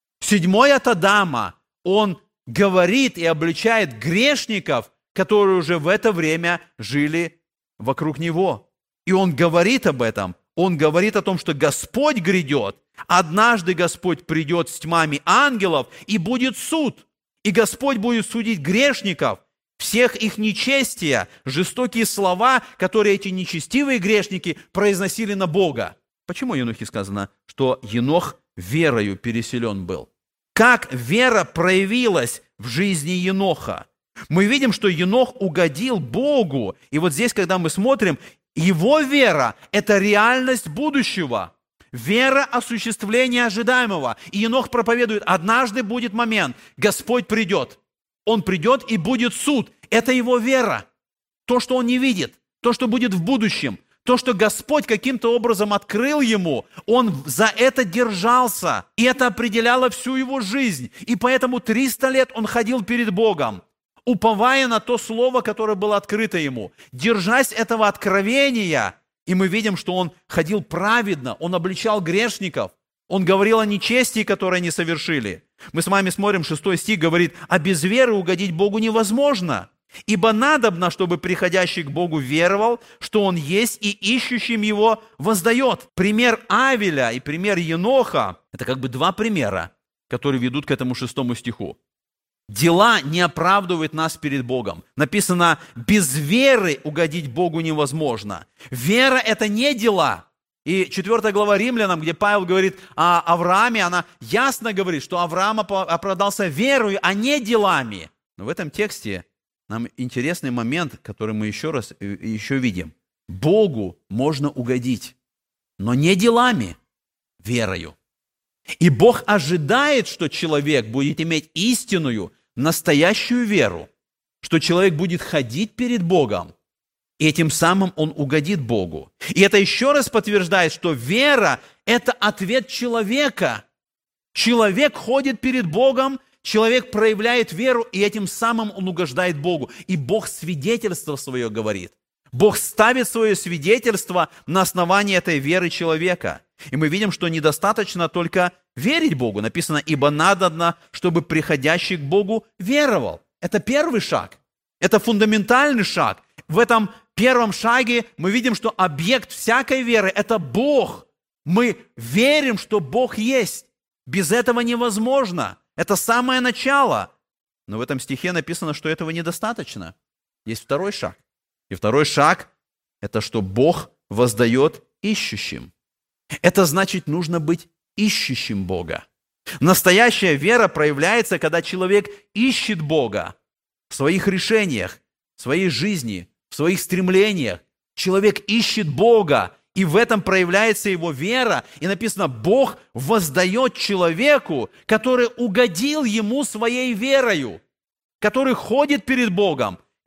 7-й от Адама, он говорит и обличает грешников, которые уже в это время жили вокруг него. И он говорит об этом. Он говорит о том, что Господь грядет. Однажды Господь придет с тьмами ангелов, и будет суд. И Господь будет судить грешников, всех их нечестия, жестокие слова, которые эти нечестивые грешники произносили на Бога. Почему о Енохе сказано, что Енох верою переселен был? Как вера проявилась в жизни Еноха? Мы видим, что Енох угодил Богу. И вот здесь, когда мы смотрим, его вера – это реальность будущего. Вера осуществления ожидаемого. И Енох проповедует: однажды будет момент, Господь придет. Он придет, и будет суд. Это его вера. То, что он не видит, то, что будет в будущем, то, что Господь каким-то образом открыл ему, он за это держался. И это определяло всю его жизнь. И поэтому 300 лет он ходил перед Богом, уповая на то слово, которое было открыто ему, держась этого откровения. И мы видим, что он ходил праведно, он обличал грешников, он говорил о нечестии, которое они совершили. Мы с вами смотрим, 6 стих говорит: «А без веры угодить Богу невозможно, ибо надобно, чтобы приходящий к Богу веровал, что Он есть, и ищущим Его воздает». Пример Авеля и пример Еноха – это как бы два примера, которые ведут к этому 6 стиху. Дела не оправдывают нас перед Богом. Написано: без веры угодить Богу невозможно. Вера – это не дела. И 4 глава Римлянам, где Павел говорит о Аврааме, она ясно говорит, что Авраам оправдался верою, а не делами. Но в этом тексте нам интересный момент, который мы еще видим. Богу можно угодить, но не делами, верою. И Бог ожидает, что человек будет иметь истинную, настоящую веру, что человек будет ходить перед Богом, и этим самым он угодит Богу. И это еще раз подтверждает, что вера – это ответ человека. Человек ходит перед Богом, человек проявляет веру, и этим самым он угождает Богу. И Бог свидетельство свое говорит. Бог ставит свое свидетельство на основании этой веры человека. И мы видим, что недостаточно только верить Богу. Написано: «Ибо надобно, чтобы приходящий к Богу веровал». Это первый шаг. Это фундаментальный шаг. В этом первом шаге мы видим, что объект всякой веры – это Бог. Мы верим, что Бог есть. Без этого невозможно. Это самое начало. Но в этом стихе написано, что этого недостаточно. Есть второй шаг. И второй шаг – это что Бог воздает ищущим. Это значит, нужно быть ищущим Бога. Настоящая вера проявляется, когда человек ищет Бога в своих решениях, в своей жизни, в своих стремлениях. Человек ищет Бога, и в этом проявляется его вера. И написано: Бог воздает человеку, который угодил ему своей верою, который ходит перед Богом,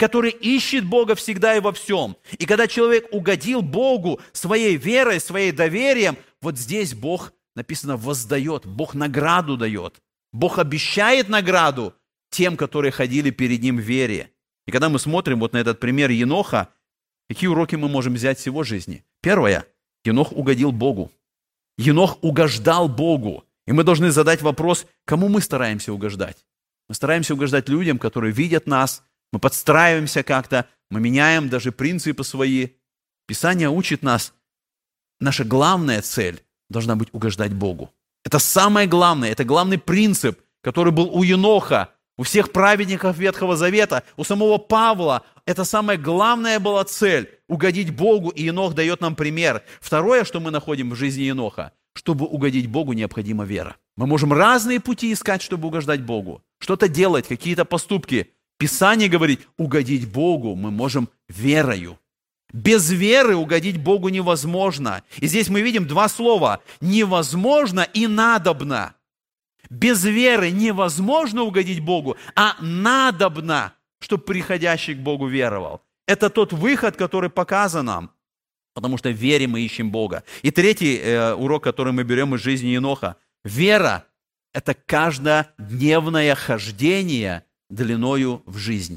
который ищет Бога всегда и во всем. И когда человек угодил Богу своей верой, своим доверием, вот здесь Бог, написано, воздает, Бог награду дает. Бог обещает награду тем, которые ходили перед Ним в вере. И когда мы смотрим вот на этот пример Еноха, какие уроки мы можем взять с его жизни? Первое. Енох угодил Богу. Енох угождал Богу. И мы должны задать вопрос, кому мы стараемся угождать? Мы стараемся угождать людям, которые видят нас, мы подстраиваемся как-то, мы меняем даже принципы свои. Писание учит нас, наша главная цель должна быть угождать Богу. Это самое главное, это главный принцип, который был у Еноха, у всех праведников Ветхого Завета, у самого Павла. Это самая главная была цель – угодить Богу, и Енох дает нам пример. Второе, что мы находим в жизни Еноха, чтобы угодить Богу, необходима вера. Мы можем разные пути искать, чтобы угождать Богу. Что-то делать, какие-то поступки. Писание говорит, угодить Богу мы можем верою. Без веры угодить Богу невозможно. И здесь мы видим два слова – невозможно и надобно. Без веры невозможно угодить Богу, а надобно, чтобы приходящий к Богу веровал. Это тот выход, который показан нам, потому что в вере мы ищем Бога. И третий урок, который мы берем из жизни Еноха. Вера – это каждодневное хождение длиною в жизнь.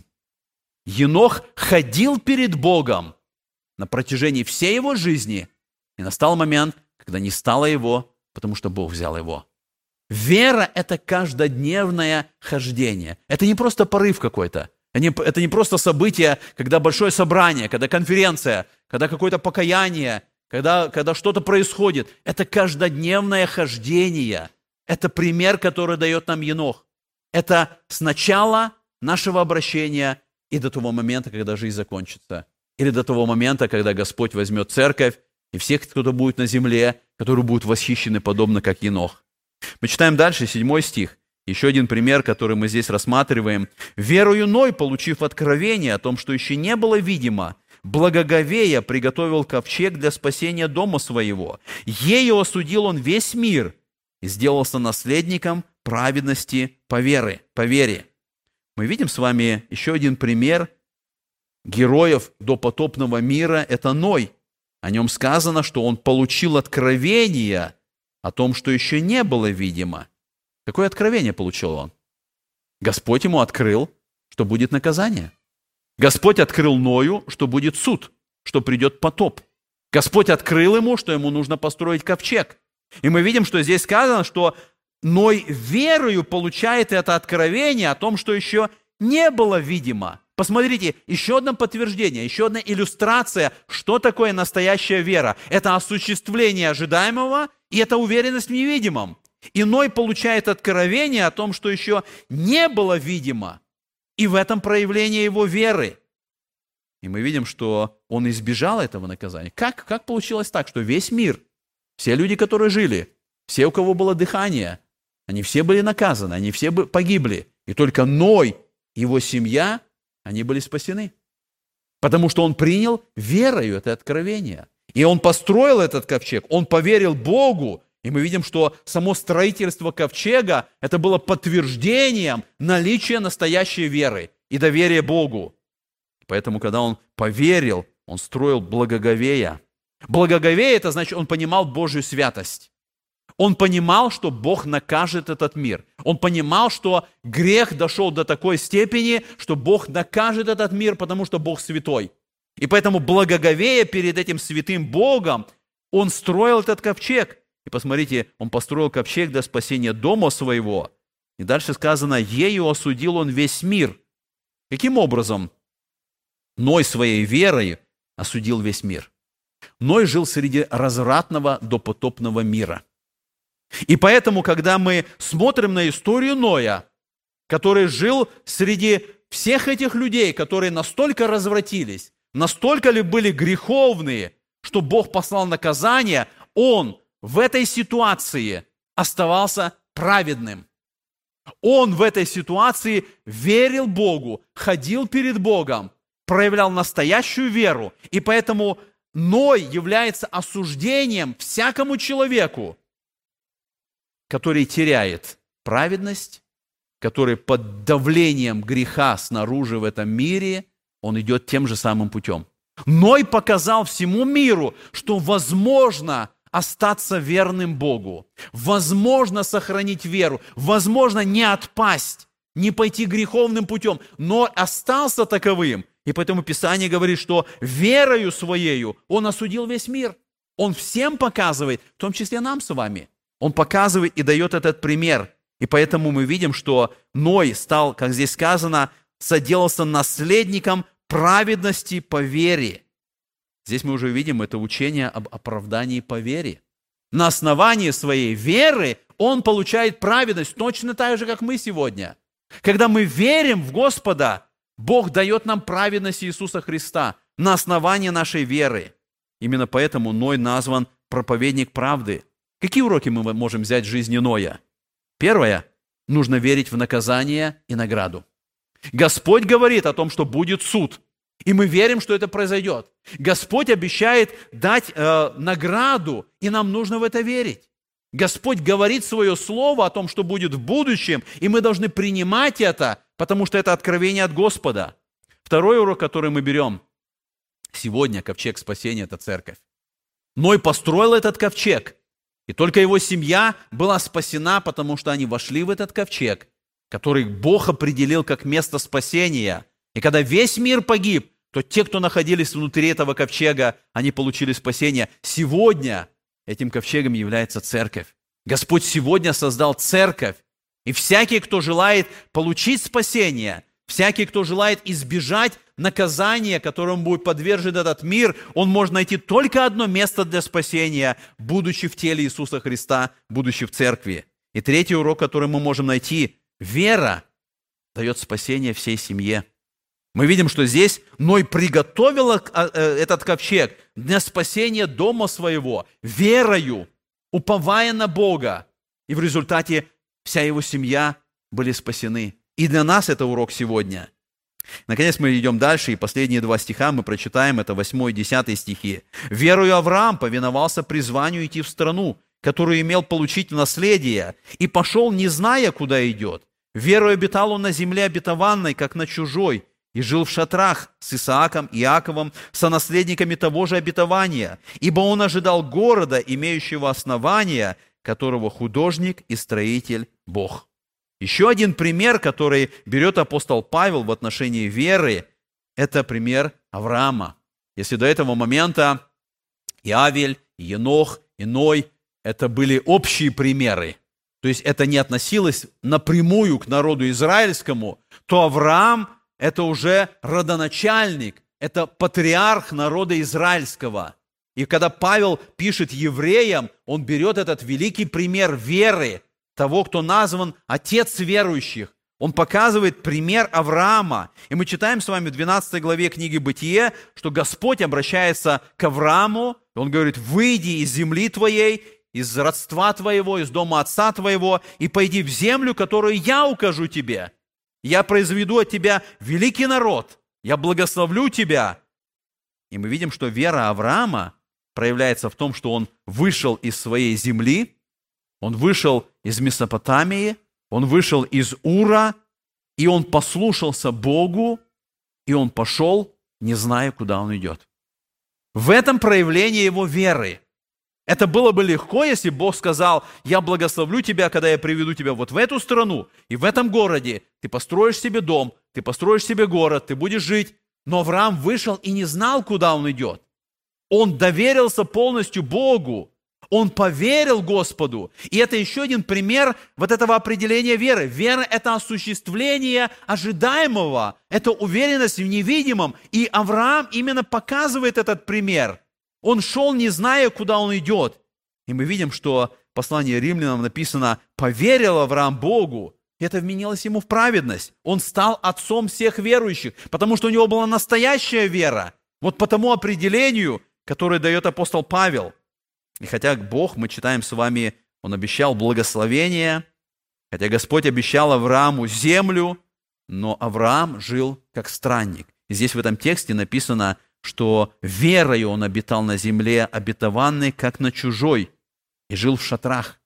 Енох ходил перед Богом на протяжении всей его жизни, и настал момент, когда не стало его, потому что Бог взял его. Вера – это каждодневное хождение. Это не просто порыв какой-то. Это не просто событие, когда большое собрание, когда конференция, когда какое-то покаяние, когда что-то происходит. Это каждодневное хождение. Это пример, который дает нам Енох. Это с начала нашего обращения и до того момента, когда жизнь закончится. Или до того момента, когда Господь возьмет церковь и всех, кто будет на земле, которые будут восхищены, подобно как Енох. Мы читаем дальше, 7 стих. Еще один пример, который мы здесь рассматриваем. «Верою Ной, получив откровение о том, что еще не было видимо, благоговея приготовил ковчег для спасения дома своего. Ею осудил он весь мир и сделался наследником праведности по вере». Мы видим с вами еще один пример героев допотопного мира. Это Ной. О нем сказано, что он получил откровение о том, что еще не было видимо. Какое откровение получил он? Господь ему открыл, что будет наказание. Господь открыл Ною, что будет суд, что придет потоп. Господь открыл ему, что ему нужно построить ковчег. И мы видим, что здесь сказано, что Ной верою получает это откровение о том, что еще не было видимо. Посмотрите, еще одно подтверждение, еще одна иллюстрация, что такое настоящая вера. Это осуществление ожидаемого, и это уверенность в невидимом. И Ной получает откровение о том, что еще не было видимо, и в этом проявление его веры. И мы видим, что он избежал этого наказания. Как получилось так, что весь мир, все люди, которые жили, все, у кого было дыхание, они все были наказаны, они все погибли. И только Ной, его семья, они были спасены. Потому что он принял верою это откровение. И он построил этот ковчег, он поверил Богу. И мы видим, что само строительство ковчега, это было подтверждением наличия настоящей веры и доверия Богу. Поэтому, когда он поверил, он строил благоговея. Благоговея – это значит, он понимал Божью святость. Он понимал, что Бог накажет этот мир. Он понимал, что грех дошел до такой степени, что Бог накажет этот мир, потому что Бог святой. И поэтому, благоговея перед этим святым Богом, он строил этот ковчег. И посмотрите, он построил ковчег для спасения дома своего. И дальше сказано, ею осудил он весь мир. Каким образом Ной своей верой осудил весь мир? Ной жил среди развратного допотопного мира. И поэтому, когда мы смотрим на историю Ноя, который жил среди всех этих людей, которые настолько развратились, настолько ли были греховные, что Бог послал наказание, он в этой ситуации оставался праведным. Он в этой ситуации верил Богу, ходил перед Богом, проявлял настоящую веру. И поэтому Ной является осуждением всякому человеку, который теряет праведность, который под давлением греха снаружи в этом мире, он идет тем же самым путем. Ной показал всему миру, что возможно остаться верным Богу, возможно сохранить веру, возможно не отпасть, не пойти греховным путем, но остался таковым. И поэтому Писание говорит, что верою своею он осудил весь мир. Он всем показывает, в том числе нам с вами. Он показывает и дает этот пример. И поэтому мы видим, что Ной стал, как здесь сказано, соделался наследником праведности по вере. Здесь мы уже видим это учение об оправдании по вере. На основании своей веры он получает праведность точно так же, как мы сегодня. Когда мы верим в Господа, Бог дает нам праведность Иисуса Христа на основании нашей веры. Именно поэтому Ной назван проповедник правды. Какие уроки мы можем взять в жизни Ноя? Первое. Нужно верить в наказание и награду. Господь говорит о том, что будет суд. И мы верим, что это произойдет. Господь обещает дать награду, и нам нужно в это верить. Господь говорит свое слово о том, что будет в будущем, и мы должны принимать это, потому что это откровение от Господа. Второй урок, который мы берем сегодня, ковчег спасения – это церковь. Ной построил этот ковчег, и только его семья была спасена, потому что они вошли в этот ковчег, который Бог определил как место спасения. И когда весь мир погиб, то те, кто находились внутри этого ковчега, они получили спасение. Сегодня этим ковчегом является церковь. Господь сегодня создал церковь. И всякий, кто желает получить спасение, всякий, кто желает избежать наказания, которому будет подвержен этот мир, он может найти только одно место для спасения, будучи в теле Иисуса Христа, будучи в церкви. И третий урок, который мы можем найти – вера дает спасение всей семье. Мы видим, что здесь Ной приготовил этот ковчег для спасения дома своего, верою, уповая на Бога. И в результате вся его семья были спасены. И для нас это урок сегодня. Наконец мы идем дальше, и последние 2 стиха мы прочитаем, это 8 и 10 стихи. «Верою Авраам повиновался призванию идти в страну, которую имел получить в наследие, и пошел, не зная, куда идет. Верою обитал он на земле обетованной, как на чужой, и жил в шатрах с Исааком и Иаковом, сонаследниками того же обетования, ибо он ожидал города, имеющего основания, которого художник и строитель Бог». Еще один пример, который берет апостол Павел в отношении веры, это пример Авраама. Если до этого момента и Авель, и Енох, и Ной – это были общие примеры, то есть это не относилось напрямую к народу израильскому, то Авраам – это уже родоначальник, это патриарх народа израильского. И когда Павел пишет евреям, он берет этот великий пример веры, того, кто назван отец верующих. Он показывает пример Авраама. И мы читаем с вами в 12 главе книги «Бытие», что Господь обращается к Аврааму, и Он говорит: «Выйди из земли твоей, из родства твоего, из дома отца твоего, и пойди в землю, которую я укажу тебе. Я произведу от тебя великий народ, я благословлю тебя». И мы видим, что вера Авраама проявляется в том, что он вышел из своей земли, он вышел из Месопотамии, он вышел из Ура, и он послушался Богу, и он пошел, не зная, куда он идет. В этом проявление его веры. Это было бы легко, если Бог сказал: «Я благословлю тебя, когда я приведу тебя вот в эту страну, и в этом городе ты построишь себе дом, ты построишь себе город, ты будешь жить». Но Авраам вышел и не знал, куда он идет. Он доверился полностью Богу. Он поверил Господу. И это еще один пример вот этого определения веры. Вера – это осуществление ожидаемого, это уверенность в невидимом. И Авраам именно показывает этот пример. Он шел, не зная, куда он идет. И мы видим, что в послании Римлянам написано: «Поверил Авраам Богу». И это вменилось ему в праведность. Он стал отцом всех верующих, потому что у него была настоящая вера. Вот по тому определению, которое дает апостол Павел. И хотя Бог, мы читаем с вами, Он обещал благословение, хотя Господь обещал Аврааму землю, но Авраам жил как странник. И здесь в этом тексте написано, что верою он обитал на земле обетованной, как на чужой, и жил в шатрах.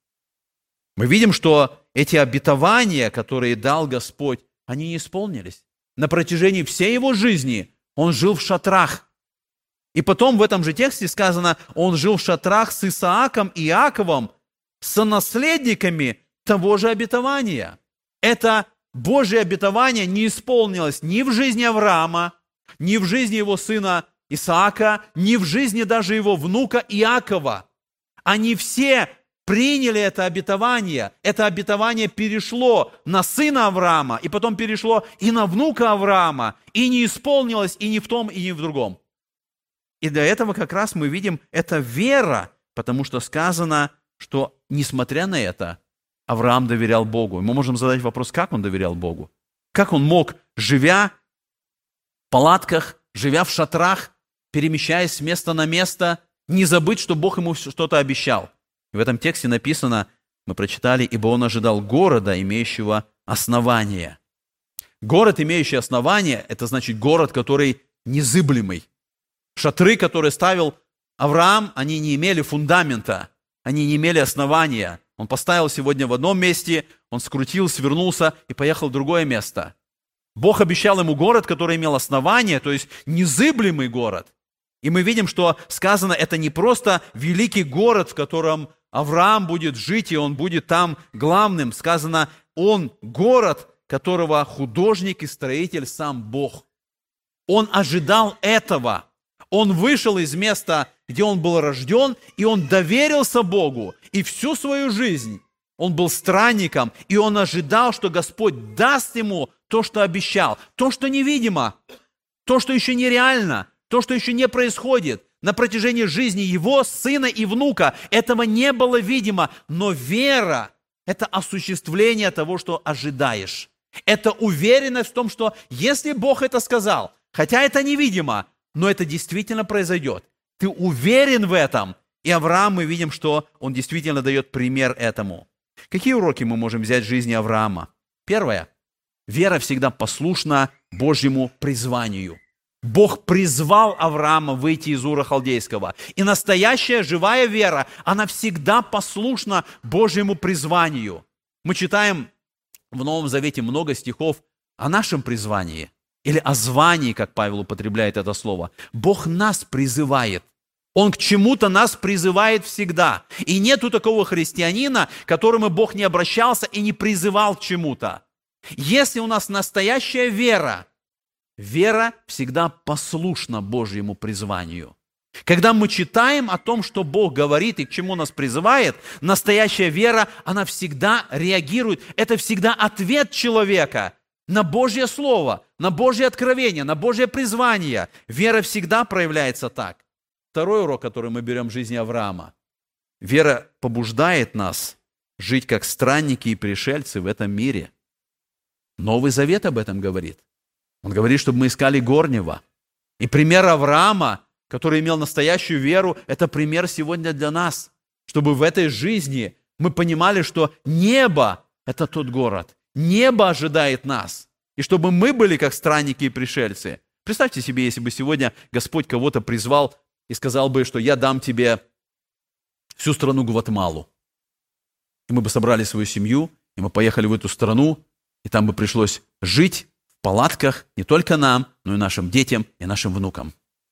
Мы видим, что эти обетования, которые дал Господь, они не исполнились. На протяжении всей его жизни Он жил в шатрах. И потом в этом же тексте сказано, он жил в шатрах с Исааком и Иаковом, сонаследниками того же обетования. Это Божье обетование не исполнилось ни в жизни Авраама, ни в жизни его сына Исаака, ни в жизни даже его внука Иакова. Они все приняли это обетование. Это обетование перешло на сына Авраама, и потом перешло и на внука Авраама, и не исполнилось и ни в том, и ни в другом. И для этого как раз мы видим, это вера, потому что сказано, что несмотря на это, Авраам доверял Богу. И мы можем задать вопрос, как он доверял Богу? Как он мог, живя в палатках, живя в шатрах, перемещаясь с места на место, не забыть, что Бог ему что-то обещал? И в этом тексте написано, мы прочитали, ибо он ожидал города, имеющего основание. Город, имеющий основание, это значит город, который незыблемый. Шатры, которые ставил Авраам, они не имели фундамента, они не имели основания. Он поставил сегодня в одном месте, он скрутил, свернулся и поехал в другое место. Бог обещал ему город, который имел основание, то есть незыблемый город. И мы видим, что сказано, это не просто великий город, в котором Авраам будет жить, и он будет там главным. Сказано, он город, которого художник и строитель сам Бог. Он ожидал этого. Он вышел из места, где он был рожден, и он доверился Богу. И всю свою жизнь он был странником, и он ожидал, что Господь даст ему то, что обещал, то, что невидимо, то, что еще нереально, то, что еще не происходит. На протяжении жизни его сына и внука этого не было видимо, но вера – это осуществление того, что ожидаешь. Это уверенность в том, что если Бог это сказал, хотя это невидимо, но это действительно произойдет. Ты уверен в этом. И Авраам, мы видим, что он действительно дает пример этому. Какие уроки мы можем взять в жизни Авраама? Первое. Вера всегда послушна Божьему призванию. Бог призвал Авраама выйти из Ура Халдейского. И настоящая живая вера, она всегда послушна Божьему призванию. Мы читаем в Новом Завете много стихов о нашем призвании. Или о звании, как Павел употребляет это слово. Бог нас призывает. Он к чему-то нас призывает всегда. И нету такого христианина, к которому Бог не обращался и не призывал к чему-то. Если у нас настоящая вера, вера всегда послушна Божьему призванию. Когда мы читаем о том, что Бог говорит и к чему нас призывает, настоящая вера, она всегда реагирует. Это всегда ответ человека на Божье Слово, на Божье откровение, на Божье призвание. Вера всегда проявляется так. Второй урок, который мы берем в жизни Авраама. Вера побуждает нас жить как странники и пришельцы в этом мире. Новый Завет об этом говорит. Он говорит, чтобы мы искали горнего. И пример Авраама, который имел настоящую веру, это пример сегодня для нас. Чтобы в этой жизни мы понимали, что небо – это тот город. Небо ожидает нас. И чтобы мы были как странники и пришельцы. Представьте себе, если бы сегодня Господь кого-то призвал и сказал бы, что я дам тебе всю страну Гватемалу. И мы бы собрали свою семью, и мы поехали в эту страну, и там бы пришлось жить в палатках не только нам, но и нашим детям и нашим внукам.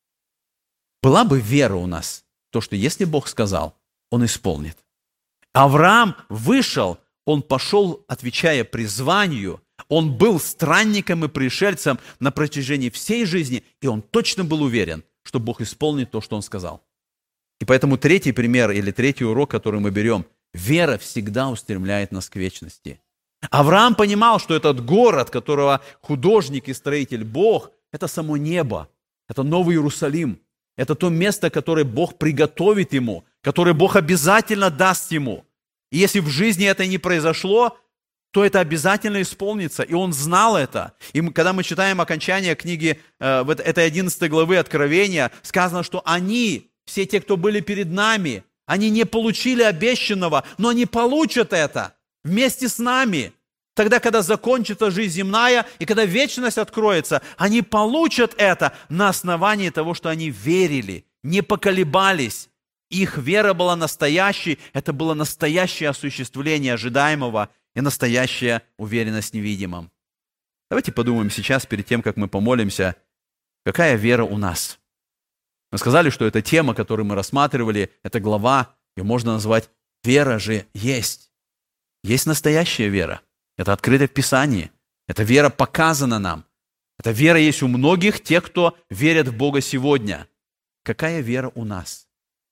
Была бы вера у нас, то, что если Бог сказал, Он исполнит. Авраам вышел, он пошел, отвечая призванию, он был странником и пришельцем на протяжении всей жизни, и он точно был уверен, что Бог исполнит то, что Он сказал. И поэтому третий пример или третий урок, который мы берем, вера всегда устремляет нас к вечности. Авраам понимал, что этот город, которого художник и строитель Бог, это само небо, это Новый Иерусалим, это то место, которое Бог приготовит ему, которое Бог обязательно даст ему. И если в жизни это не произошло, то это обязательно исполнится. И он знал это. И когда мы читаем окончание книги, этой 11 главы Откровения, сказано, что они, все те, кто были перед нами, они не получили обещанного, но они получат это вместе с нами. Тогда, когда закончится жизнь земная, и когда вечность откроется, они получат это на основании того, что они верили, не поколебались. Их вера была настоящей, это было настоящее осуществление ожидаемого и настоящая уверенность в невидимом. Давайте подумаем сейчас, перед тем, как мы помолимся, Какая вера у нас? Мы сказали, что эта тема, которую мы рассматривали, эта глава, ее можно назвать «Вера же есть». Есть настоящая вера. Это открыто в Писании. Эта вера показана нам. Эта вера есть у многих тех, кто верят в Бога сегодня. Какая вера у нас?